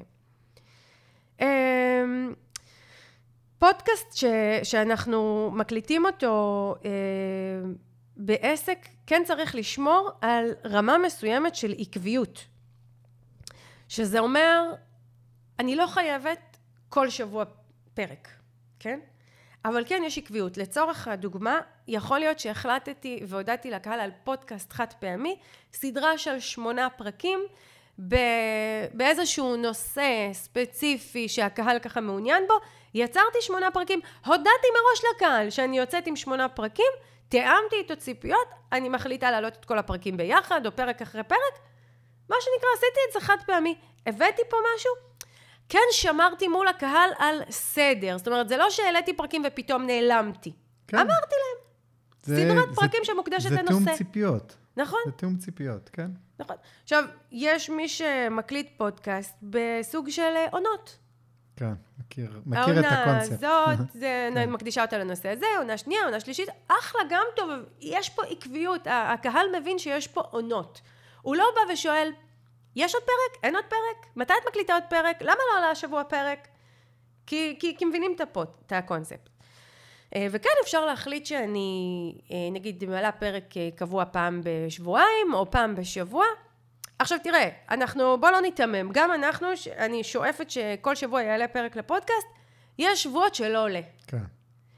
פודקאסט ש- שאנחנו מקליטים אותו בעסק, כן צריך לשמור על רמה מסוימת של עקביות. שזה אומר, אני לא חייבת כל שבוע פרק, כן? אבל כן יש עקביות. לצורך הדוגמה, יכול להיות שהחלטתי והודעתי לקהל על פודקאסט חד פעמי, סדרה של שמונה פרקים, באיזשהו נושא ספציפי שהקהל ככה מעוניין בו, יצרתי שמונה פרקים, הודעתי מראש לקהל שאני יוצאת עם שמונה פרקים, תיאמתי איתו ציפיות, אני מחליטה להעלות את כל הפרקים ביחד, או פרק אחרי פרק, מה שנקרא, עשיתי את זה חד פעמי, הבאתי פה משהו, כן שמרתי מול הקהל על סדר, זאת אומרת, זה לא שהעליתי פרקים ופתאום נעלמתי, כן. אמרתי להם, זה, סדרת זה, פרקים שמוקדשת זה לנושא. זה תאום ציפיות. נכון? זה תאום ציפיות, כן. נכון. עכשיו, יש מי שמקליט פודקאסט בסוג של עונות. כן, מכיר, מכיר את הקונספט. העונה הזאת, זה כן. מקדישה אותה לנושא הזה, עונה שנייה, עונה שלישית, אחלה גם טוב, יש פה עקביות, הקהל מבין שיש פה עונות. הוא לא בא ושואל, יש עוד פרק? אין עוד פרק? מתי את מקליטה עוד פרק? למה לא עלה השבוע פרק? כי, כי, כי מבינים את הפות, את הקונספט. וכן אפשר להחליט שאני, נגיד, מעלה פרק קבוע פעם בשבועיים, או פעם בשבוע. עכשיו תראה, אנחנו, בוא לא נתאמם, גם אנחנו, אני שואפת שכל שבוע יעלה פרק לפודקאסט, יש שבועות שלא עולה. כן.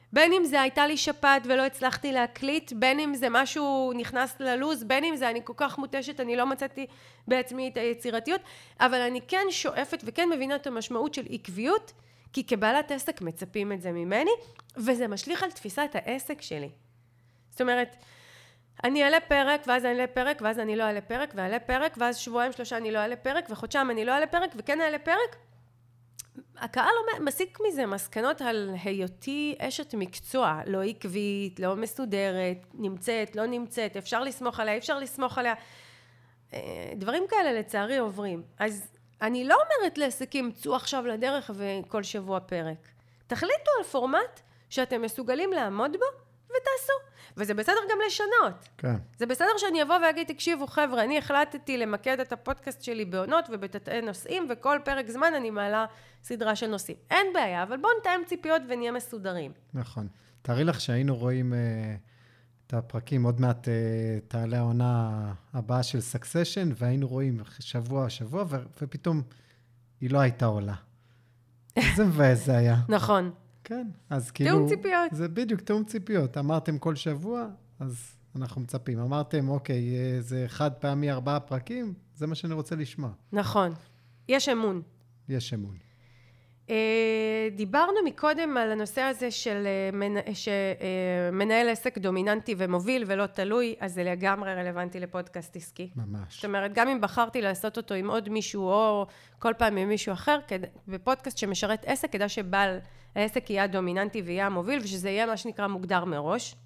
בין אם זה הייתה לי שפעת ולא הצלחתי להקליט, בין אם זה משהו נכנס ללוז, בין אם זה אני כל כך מוטשת, אני לא מצאתי בעצמי את היצירתיות, אבל אני כן שואפת וכן מבינה את המשמעות של עקביות, כי כבעלת עסק מצפים את זה ממני, וזה משליך על תפיסת העסק שלי. זאת אומרת, אני אעלה פרק, ואז אני אעלה פרק, ואז אני לא אעלה פרק, ואעלה פרק, ואז שבועיים שלושה אני לא אעלה פרק, וחודשיים אני לא אעלה פרק, וכן אעלה פרק. הקהל מסיק מזה מסקנות על היותי אשת מקצוע, לא עקבית, לא מסודרת, נמצאת, לא נמצאת, אפשר לסמוך עליה, אפשר לסמוך עליה. דברים כאלה לצערי עוברים. אז אני לא אומרת לעסקים, צאו עכשיו לדרך וכל שבוע פרק. תחליטו על פורמט שאתם מסוגלים לעמוד בו ותעשו. וזה בסדר גם לשנות. כן. זה בסדר שאני אבוא ואגיד, תקשיבו חבר'ה, אני החלטתי למקד את הפודקאסט שלי בעונות ובתתאי נושאים, וכל פרק זמן אני מעלה סדרה של נושאים. אין בעיה, אבל בואו נתאם ציפיות ונהיה מסודרים. נכון. תארי לך שהיינו רואים uh, את הפרקים, עוד מעט uh, תעלה העונה הבאה של סקסשן, והיינו רואים שבוע, שבוע, ו- ופתאום היא לא הייתה עולה. איזה מבאס זה היה. נכון. כן, אז כאילו... תאום ציפיות. זה בדיוק תאום ציפיות. אמרתם כל שבוע, אז אנחנו מצפים. אמרתם, אוקיי, זה חד פעמי ארבעה פרקים, זה מה שאני רוצה לשמוע. נכון. יש אמון. יש אמון. דיברנו מקודם על הנושא הזה של מנהל עסק דומיננטי ומוביל ולא תלוי, אז זה לגמרי רלוונטי לפודקאסט עסקי. ממש. זאת אומרת, גם אם בחרתי לעשות אותו עם עוד מישהו או כל פעם עם מישהו אחר, בפודקאסט שמשרת עסק, כדאי שבעל העסק יהיה דומיננטי ויהיה המוביל, ושזה יהיה מה שנקרא מוגדר מראש.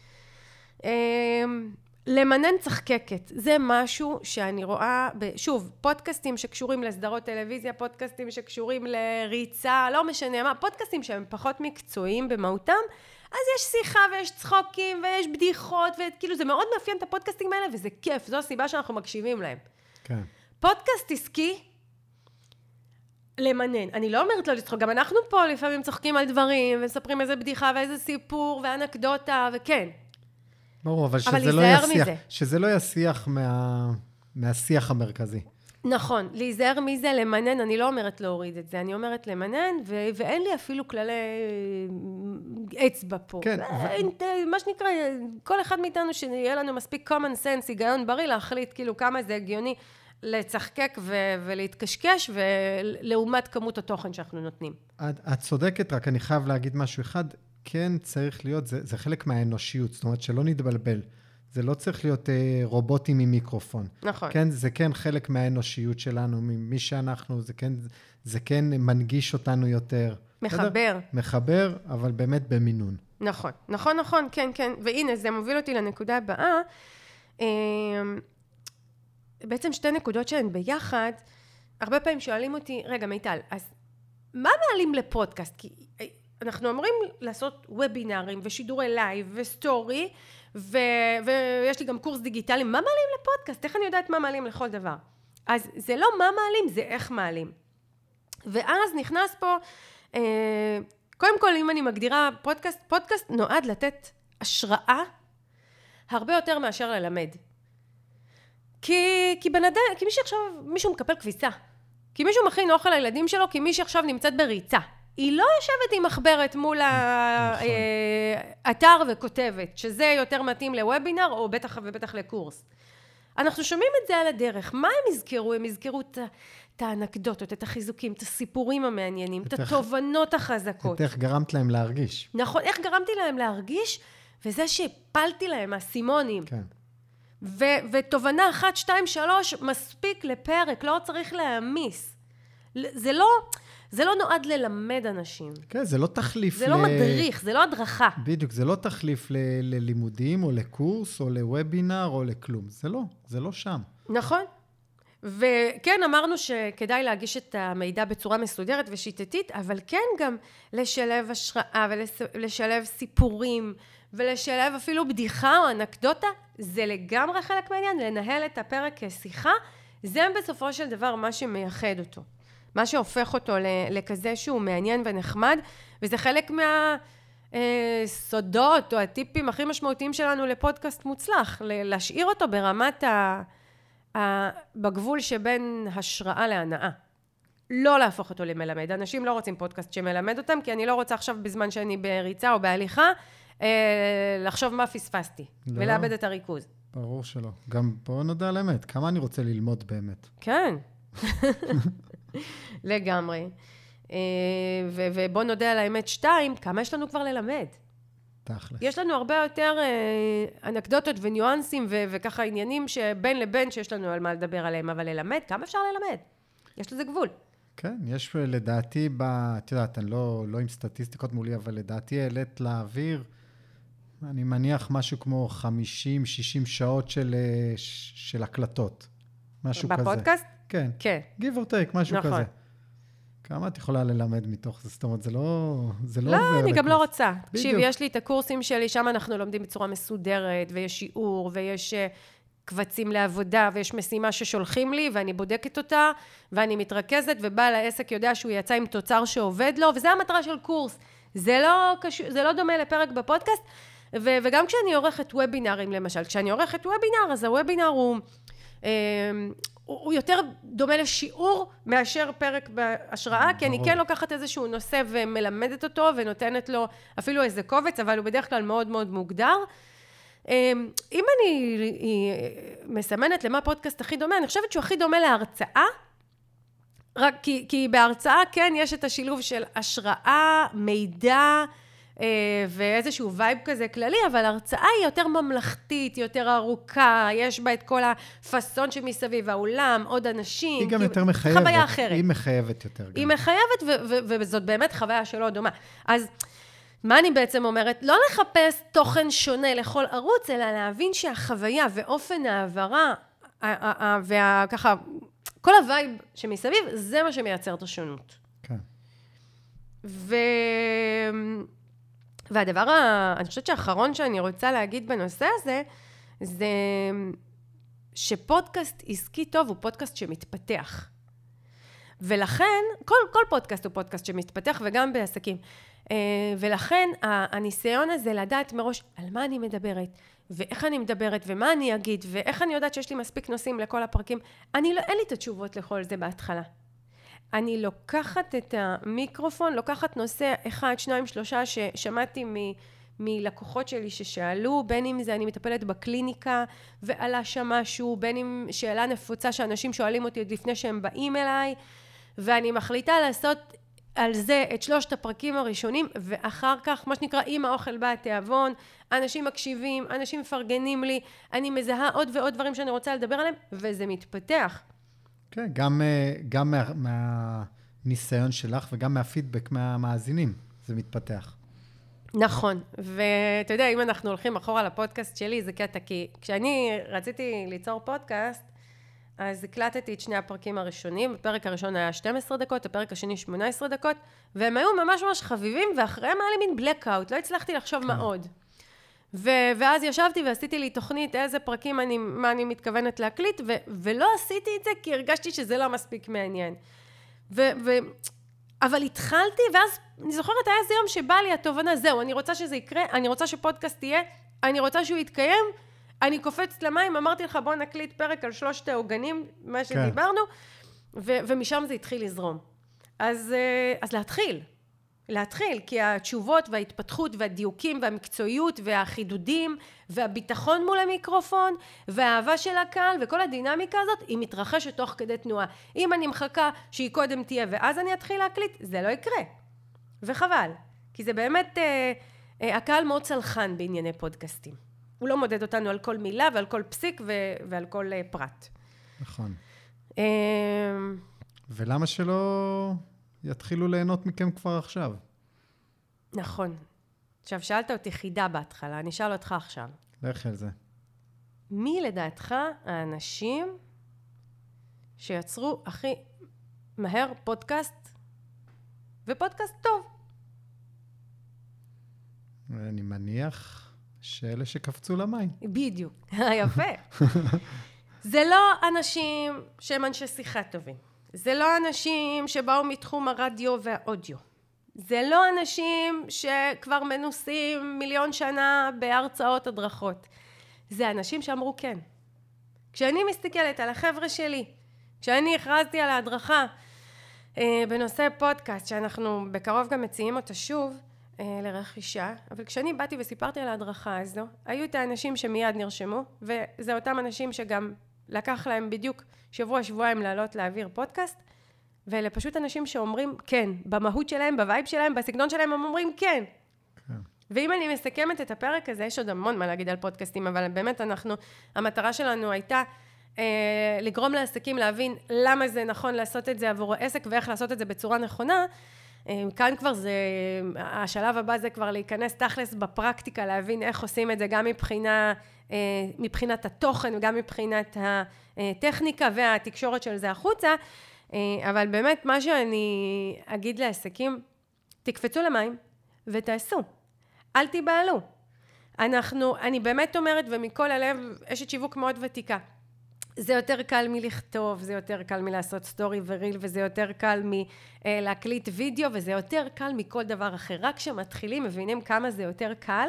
למנן צחקקת, זה משהו שאני רואה, שוב, פודקאסטים שקשורים לסדרות טלוויזיה, פודקאסטים שקשורים לריצה, לא משנה מה, פודקאסטים שהם פחות מקצועיים במהותם, אז יש שיחה ויש צחוקים ויש בדיחות, וכאילו זה מאוד מאפיין את הפודקאסטים האלה, וזה כיף, זו הסיבה שאנחנו מקשיבים להם. כן. פודקאסט עסקי, למנן. אני לא אומרת לא לצחוק, גם אנחנו פה לפעמים צוחקים על דברים, ומספרים איזה בדיחה ואיזה סיפור ואנקדוטה, וכן. ברור, אבל, אבל שזה, לא יהיה שיח, מזה. שזה לא יהיה שיח מה, מהשיח המרכזי. נכון, להיזהר מזה, למנן, אני לא אומרת להוריד את זה, אני אומרת למנן, ו- ואין לי אפילו כללי אצבע פה. כן. ואין, ו... מה שנקרא, כל אחד מאיתנו שיהיה לנו מספיק common sense, היגיון בריא, להחליט כאילו כמה זה הגיוני לצחקק ו- ולהתקשקש, ולעומת כמות התוכן שאנחנו נותנים. את, את צודקת, רק אני חייב להגיד משהו אחד, כן צריך להיות, זה, זה חלק מהאנושיות, זאת אומרת שלא נתבלבל. זה לא צריך להיות אה, רובוטים עם מיקרופון. נכון. כן, זה כן חלק מהאנושיות שלנו, ממי שאנחנו, זה כן, זה כן מנגיש אותנו יותר. מחבר. בסדר? מחבר, אבל באמת במינון. נכון, נכון, נכון, כן, כן. והנה, זה מוביל אותי לנקודה הבאה. בעצם שתי נקודות שהן ביחד, הרבה פעמים שואלים אותי, רגע, מיטל, אז מה מעלים לפודקאסט? כי אנחנו אמורים לעשות וובינרים ושידורי לייב וסטורי, ו- ויש לי גם קורס דיגיטלי, מה מעלים לפודקאסט? איך אני יודעת מה מעלים לכל דבר? אז זה לא מה מעלים, זה איך מעלים. ואז נכנס פה, אה, קודם כל אם אני מגדירה פודקאסט, פודקאסט נועד לתת השראה הרבה יותר מאשר ללמד. כי, כי בן אדם, כי מי שעכשיו, מישהו מקפל כביסה, כי מישהו מכין אוכל לילדים שלו, כי מי שעכשיו נמצאת בריצה. היא לא יושבת עם מחברת מול האתר וכותבת, שזה יותר מתאים לוובינר או בטח ובטח לקורס. אנחנו שומעים את זה על הדרך. מה הם יזכרו? הם יזכרו את האנקדוטות, את החיזוקים, את הסיפורים המעניינים, את התובנות החזקות. את איך גרמת להם להרגיש. נכון, איך גרמתי להם להרגיש, וזה שהפלתי להם מהסימונים. כן. ו- ותובנה אחת, שתיים, שלוש, מספיק לפרק, לא צריך להעמיס. זה לא... זה לא נועד ללמד אנשים. כן, זה לא תחליף זה ל... לא מדריך, זה לא הדרכה. בדיוק, זה לא תחליף ל... ללימודים, או לקורס, או לוובינר, או לכלום. זה לא, זה לא שם. נכון. וכן, אמרנו שכדאי להגיש את המידע בצורה מסודרת ושיטתית, אבל כן גם לשלב השראה, ולשלב סיפורים, ולשלב אפילו בדיחה או אנקדוטה, זה לגמרי חלק מעניין, לנהל את הפרק כשיחה, זה בסופו של דבר מה שמייחד אותו. מה שהופך אותו לכזה שהוא מעניין ונחמד, וזה חלק מהסודות או הטיפים הכי משמעותיים שלנו לפודקאסט מוצלח, להשאיר אותו ברמת ה... בגבול שבין השראה להנאה. לא להפוך אותו למלמד. אנשים לא רוצים פודקאסט שמלמד אותם, כי אני לא רוצה עכשיו בזמן שאני בריצה או בהליכה, לחשוב מה פספסתי, לא. ולאבד את הריכוז. ברור שלא. גם בואו נודע על האמת, כמה אני רוצה ללמוד באמת. כן. לגמרי. ו- ובואו נודע על האמת שתיים, כמה יש לנו כבר ללמד? תכלס. יש לנו הרבה יותר אנקדוטות וניואנסים ו- וככה עניינים שבין לבין שיש לנו על מה לדבר עליהם, אבל ללמד, כמה אפשר ללמד? יש לזה גבול. כן, יש לדעתי, ב... את יודעת, אני לא, לא עם סטטיסטיקות מולי, אבל לדעתי העלית לאוויר, אני מניח משהו כמו חמישים שישים שעות של, של הקלטות. משהו בפודקאסט? כזה. בפודקאסט? כן. כן. give or take, משהו נכון. כזה. כמה את יכולה ללמד מתוך זה? זאת אומרת, זה לא... זה לא, לא, עובר אני לקורס. גם לא רוצה. תקשיב, בדיוק. יש לי את הקורסים שלי, שם אנחנו לומדים בצורה מסודרת, ויש שיעור, ויש קבצים לעבודה, ויש משימה ששולחים לי, ואני בודקת אותה, ואני מתרכזת, ובעל העסק יודע שהוא יצא עם תוצר שעובד לו, וזה המטרה של קורס. זה לא, קשור, זה לא דומה לפרק בפודקאסט, ו- וגם כשאני עורכת וובינרים, למשל, כשאני עורכת וובינר, אז הוובינר הוא... הוא יותר דומה לשיעור מאשר פרק בהשראה, כי אני כן לוקחת איזשהו נושא ומלמדת אותו ונותנת לו אפילו איזה קובץ, אבל הוא בדרך כלל מאוד מאוד מוגדר. אם אני מסמנת למה הפודקאסט הכי דומה, אני חושבת שהוא הכי דומה להרצאה, רק כי, כי בהרצאה כן יש את השילוב של השראה, מידע, ואיזשהו וייב כזה כללי, אבל הרצאה היא יותר ממלכתית, יותר ארוכה, יש בה את כל הפסון שמסביב האולם, עוד אנשים. היא גם יותר מחייבת. חוויה אחרת. היא מחייבת יותר. היא מחייבת, ו- ו- וזאת באמת חוויה שלא דומה. אז מה אני בעצם אומרת? לא לחפש תוכן שונה לכל ערוץ, אלא להבין שהחוויה ואופן העברה, וככה, כל הווייב שמסביב, זה מה שמייצר את השונות. כן. ו... והדבר, ה... אני חושבת שהאחרון שאני רוצה להגיד בנושא הזה, זה שפודקאסט עסקי טוב הוא פודקאסט שמתפתח. ולכן, כל, כל פודקאסט הוא פודקאסט שמתפתח, וגם בעסקים. ולכן, הניסיון הזה לדעת מראש על מה אני מדברת, ואיך אני מדברת, ומה אני אגיד, ואיך אני יודעת שיש לי מספיק נושאים לכל הפרקים, אני לא, אין לי את התשובות לכל זה בהתחלה. אני לוקחת את המיקרופון, לוקחת נושא אחד, שניים, שלושה ששמעתי מ, מלקוחות שלי ששאלו, בין אם זה אני מטפלת בקליניקה ועלה שם משהו, בין אם שאלה נפוצה שאנשים שואלים אותי עוד לפני שהם באים אליי, ואני מחליטה לעשות על זה את שלושת הפרקים הראשונים, ואחר כך, מה שנקרא, עם האוכל בא התיאבון, אנשים מקשיבים, אנשים מפרגנים לי, אני מזהה עוד ועוד דברים שאני רוצה לדבר עליהם, וזה מתפתח. כן, גם, גם מה, מהניסיון שלך וגם מהפידבק מהמאזינים, זה מתפתח. נכון, ואתה יודע, אם אנחנו הולכים אחורה לפודקאסט שלי, זה קטע, כי כשאני רציתי ליצור פודקאסט, אז הקלטתי את שני הפרקים הראשונים, הפרק הראשון היה שתים עשרה דקות, הפרק השני שמונה עשרה דקות, והם היו ממש ממש חביבים, ואחריהם היה לי מין בלקאוט, לא הצלחתי לחשוב מה עוד. ו- ואז ישבתי ועשיתי לי תוכנית איזה פרקים אני, מה אני מתכוונת להקליט, ו- ולא עשיתי את זה כי הרגשתי שזה לא מספיק מעניין. ו- ו- אבל התחלתי, ואז אני זוכרת, היה איזה יום שבא לי התובנה, זהו, אני רוצה שזה יקרה, אני רוצה שפודקאסט יהיה, אני רוצה שהוא יתקיים, אני קופצת למים, אמרתי לך, בוא נקליט פרק על שלושת העוגנים, מה שדיברנו, ו- ומשם זה התחיל לזרום. אז, אז להתחיל. להתחיל, כי התשובות וההתפתחות והדיוקים והמקצועיות והחידודים והביטחון מול המיקרופון והאהבה של הקהל וכל הדינמיקה הזאת היא מתרחשת תוך כדי תנועה. אם אני מחכה שהיא קודם תהיה ואז אני אתחיל להקליט, זה לא יקרה. וחבל, כי זה באמת, אה, אה, הקהל מאוד צלחן בענייני פודקאסטים. הוא לא מודד אותנו על כל מילה ועל כל פסיק ו- ועל כל אה, פרט. נכון. אה, ולמה שלא... יתחילו ליהנות מכם כבר עכשיו. נכון. עכשיו, שאלת אותי חידה בהתחלה, אני אשאל אותך עכשיו. לך על זה. מי לדעתך האנשים שיצרו הכי מהר פודקאסט, ופודקאסט טוב? אני מניח שאלה שקפצו למים. בדיוק. יפה. זה לא אנשים שהם אנשי שיחה טובים. זה לא אנשים שבאו מתחום הרדיו והאודיו. זה לא אנשים שכבר מנוסים מיליון שנה בהרצאות הדרכות. זה אנשים שאמרו כן. כשאני מסתכלת על החבר'ה שלי, כשאני הכרזתי על ההדרכה בנושא פודקאסט, שאנחנו בקרוב גם מציעים אותו שוב לרכישה, אבל כשאני באתי וסיפרתי על ההדרכה הזו, היו את האנשים שמיד נרשמו, וזה אותם אנשים שגם לקח להם בדיוק שבוע, שבועיים לעלות להעביר פודקאסט, ואלה פשוט אנשים שאומרים כן, במהות שלהם, בווייב שלהם, בסגנון שלהם, הם אומרים כן. כן. ואם אני מסכמת את הפרק הזה, יש עוד המון מה להגיד על פודקאסטים, אבל באמת אנחנו, המטרה שלנו הייתה אה, לגרום לעסקים להבין למה זה נכון לעשות את זה עבור העסק, ואיך לעשות את זה בצורה נכונה. אה, כאן כבר זה, השלב הבא זה כבר להיכנס תכלס בפרקטיקה, להבין איך עושים את זה גם מבחינה, אה, מבחינת התוכן, וגם מבחינת הטכניקה והתקשורת של זה החוצה. אבל באמת מה שאני אגיד לעסקים, תקפצו למים ותעשו, אל תיבעלו. אנחנו, אני באמת אומרת, ומכל הלב, אשת שיווק מאוד ותיקה. זה יותר קל מלכתוב, זה יותר קל מלעשות סטורי וריל, וזה יותר קל מלהקליט וידאו, וזה יותר קל מכל דבר אחר. רק כשמתחילים מבינים כמה זה יותר קל,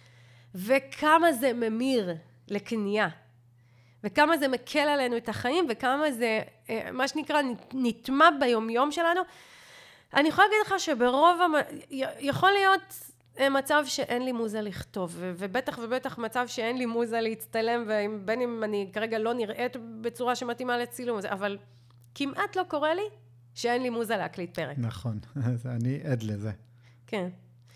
וכמה זה ממיר לקנייה. וכמה זה מקל עלינו את החיים, וכמה זה, מה שנקרא, נטמע ביומיום שלנו. אני יכולה להגיד לך שברוב, יכול להיות מצב שאין לי מוזה לכתוב, ובטח ובטח מצב שאין לי מוזה להצטלם, ובין אם אני כרגע לא נראית בצורה שמתאימה לצילום, אבל כמעט לא קורה לי שאין לי מוזה להקליט פרק. נכון, אני עד לזה. כן.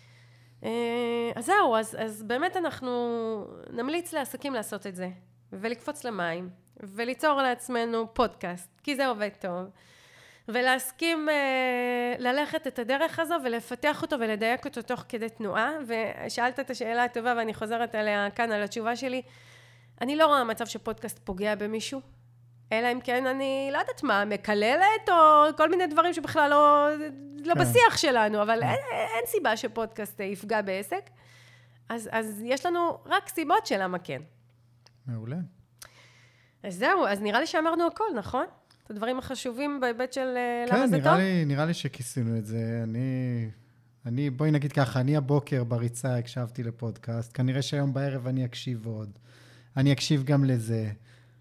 אז זהו, אז, אז באמת אנחנו נמליץ לעסקים לעשות את זה. ולקפוץ למים, וליצור לעצמנו פודקאסט, כי זה עובד טוב, ולהסכים אה, ללכת את הדרך הזו, ולפתח אותו ולדייק אותו תוך כדי תנועה, ושאלת את השאלה הטובה, ואני חוזרת עליה כאן, על התשובה שלי, אני לא רואה מצב שפודקאסט פוגע במישהו, אלא אם כן אני לא יודעת מה, מקללת, או כל מיני דברים שבכלל לא, לא כן. בשיח שלנו, אבל אין, אין סיבה שפודקאסט יפגע בעסק, אז, אז יש לנו רק סיבות של למה כן. מעולה. אז זהו, אז נראה לי שאמרנו הכל, נכון? את הדברים החשובים בהיבט של כן, למה זה נראה טוב? לי, נראה לי שכיסינו את זה. אני, אני, בואי נגיד ככה, אני הבוקר בריצה הקשבתי לפודקאסט, כנראה שהיום בערב אני אקשיב עוד. אני אקשיב גם לזה,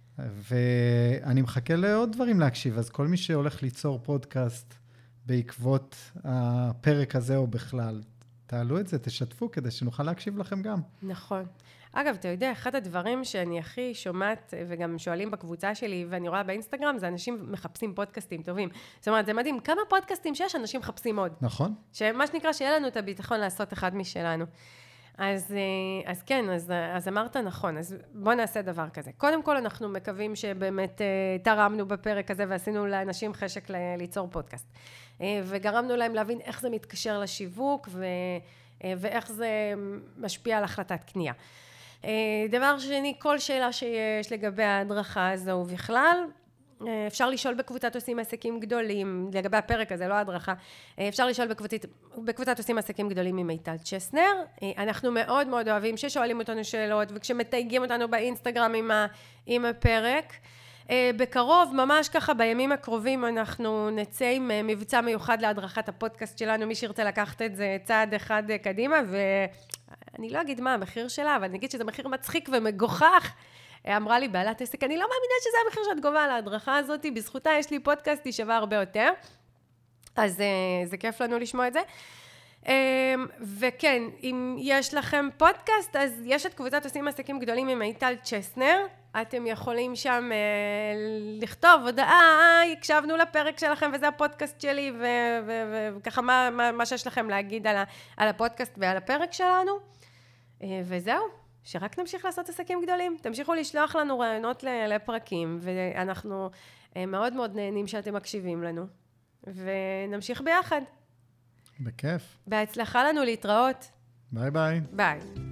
ואני מחכה לעוד דברים להקשיב, אז כל מי שהולך ליצור פודקאסט בעקבות הפרק הזה או בכלל, תעלו את זה, תשתפו כדי שנוכל להקשיב לכם גם. נכון. אגב, אתה יודע, אחד הדברים שאני הכי שומעת וגם שואלים בקבוצה שלי, ואני רואה באינסטגרם, זה אנשים מחפשים פודקאסטים טובים. זאת אומרת, זה מדהים, כמה פודקאסטים שיש, אנשים מחפשים עוד. נכון. שמה שנקרא, שיהיה לנו את הביטחון לעשות אחד משלנו. אז, אז כן, אז, אז אמרת נכון, אז בוא נעשה דבר כזה. קודם כל, אנחנו מקווים שבאמת תרמנו בפרק הזה, ועשינו לאנשים חשק ליצור פודקאסט. וגרמנו להם להבין איך זה מתקשר לשיווק, ו, ואיך זה משפיע על החלטת קנייה. דבר שני, כל שאלה שיש לגבי ההדרכה הזו ובכלל, אפשר לשאול בקבוצת עושים עסקים גדולים, לגבי הפרק הזה, לא ההדרכה, אפשר לשאול בקבוצת, בקבוצת עושים עסקים גדולים עם מיטל צ'סנר. אנחנו מאוד מאוד אוהבים ששואלים אותנו שאלות, וכשמתייגים אותנו באינסטגרם עם, ה, עם הפרק. בקרוב, ממש ככה, בימים הקרובים אנחנו נצא עם מבצע מיוחד להדרכת הפודקאסט שלנו, מי שירצה לקחת את זה צעד אחד קדימה, ואני לא אגיד מה המחיר שלה, אבל אני אגיד שזה מחיר מצחיק ומגוחך. אמרה לי בעלת עסק, אני לא מאמינה שזה המחיר שאת גובה על ההדרכה הזאת, בזכותה יש לי פודקאסט, היא שווה הרבה יותר. אז זה כיף לנו לשמוע את זה. וכן, אם יש לכם פודקאסט, אז יש את קבוצת עושים עסקים גדולים עם מיטל צ'סנר, אתם יכולים שם לכתוב הודעה, הקשבנו לפרק שלכם וזה הפודקאסט שלי, וככה מה, מה, מה שיש לכם להגיד על, ה, על הפודקאסט ועל הפרק שלנו. וזהו, שרק נמשיך לעשות עסקים גדולים. תמשיכו לשלוח לנו רעיונות לפרקים, ואנחנו מאוד מאוד נהנים שאתם מקשיבים לנו, ונמשיך ביחד. בכיף. בהצלחה לנו להתראות. ביי ביי. ביי.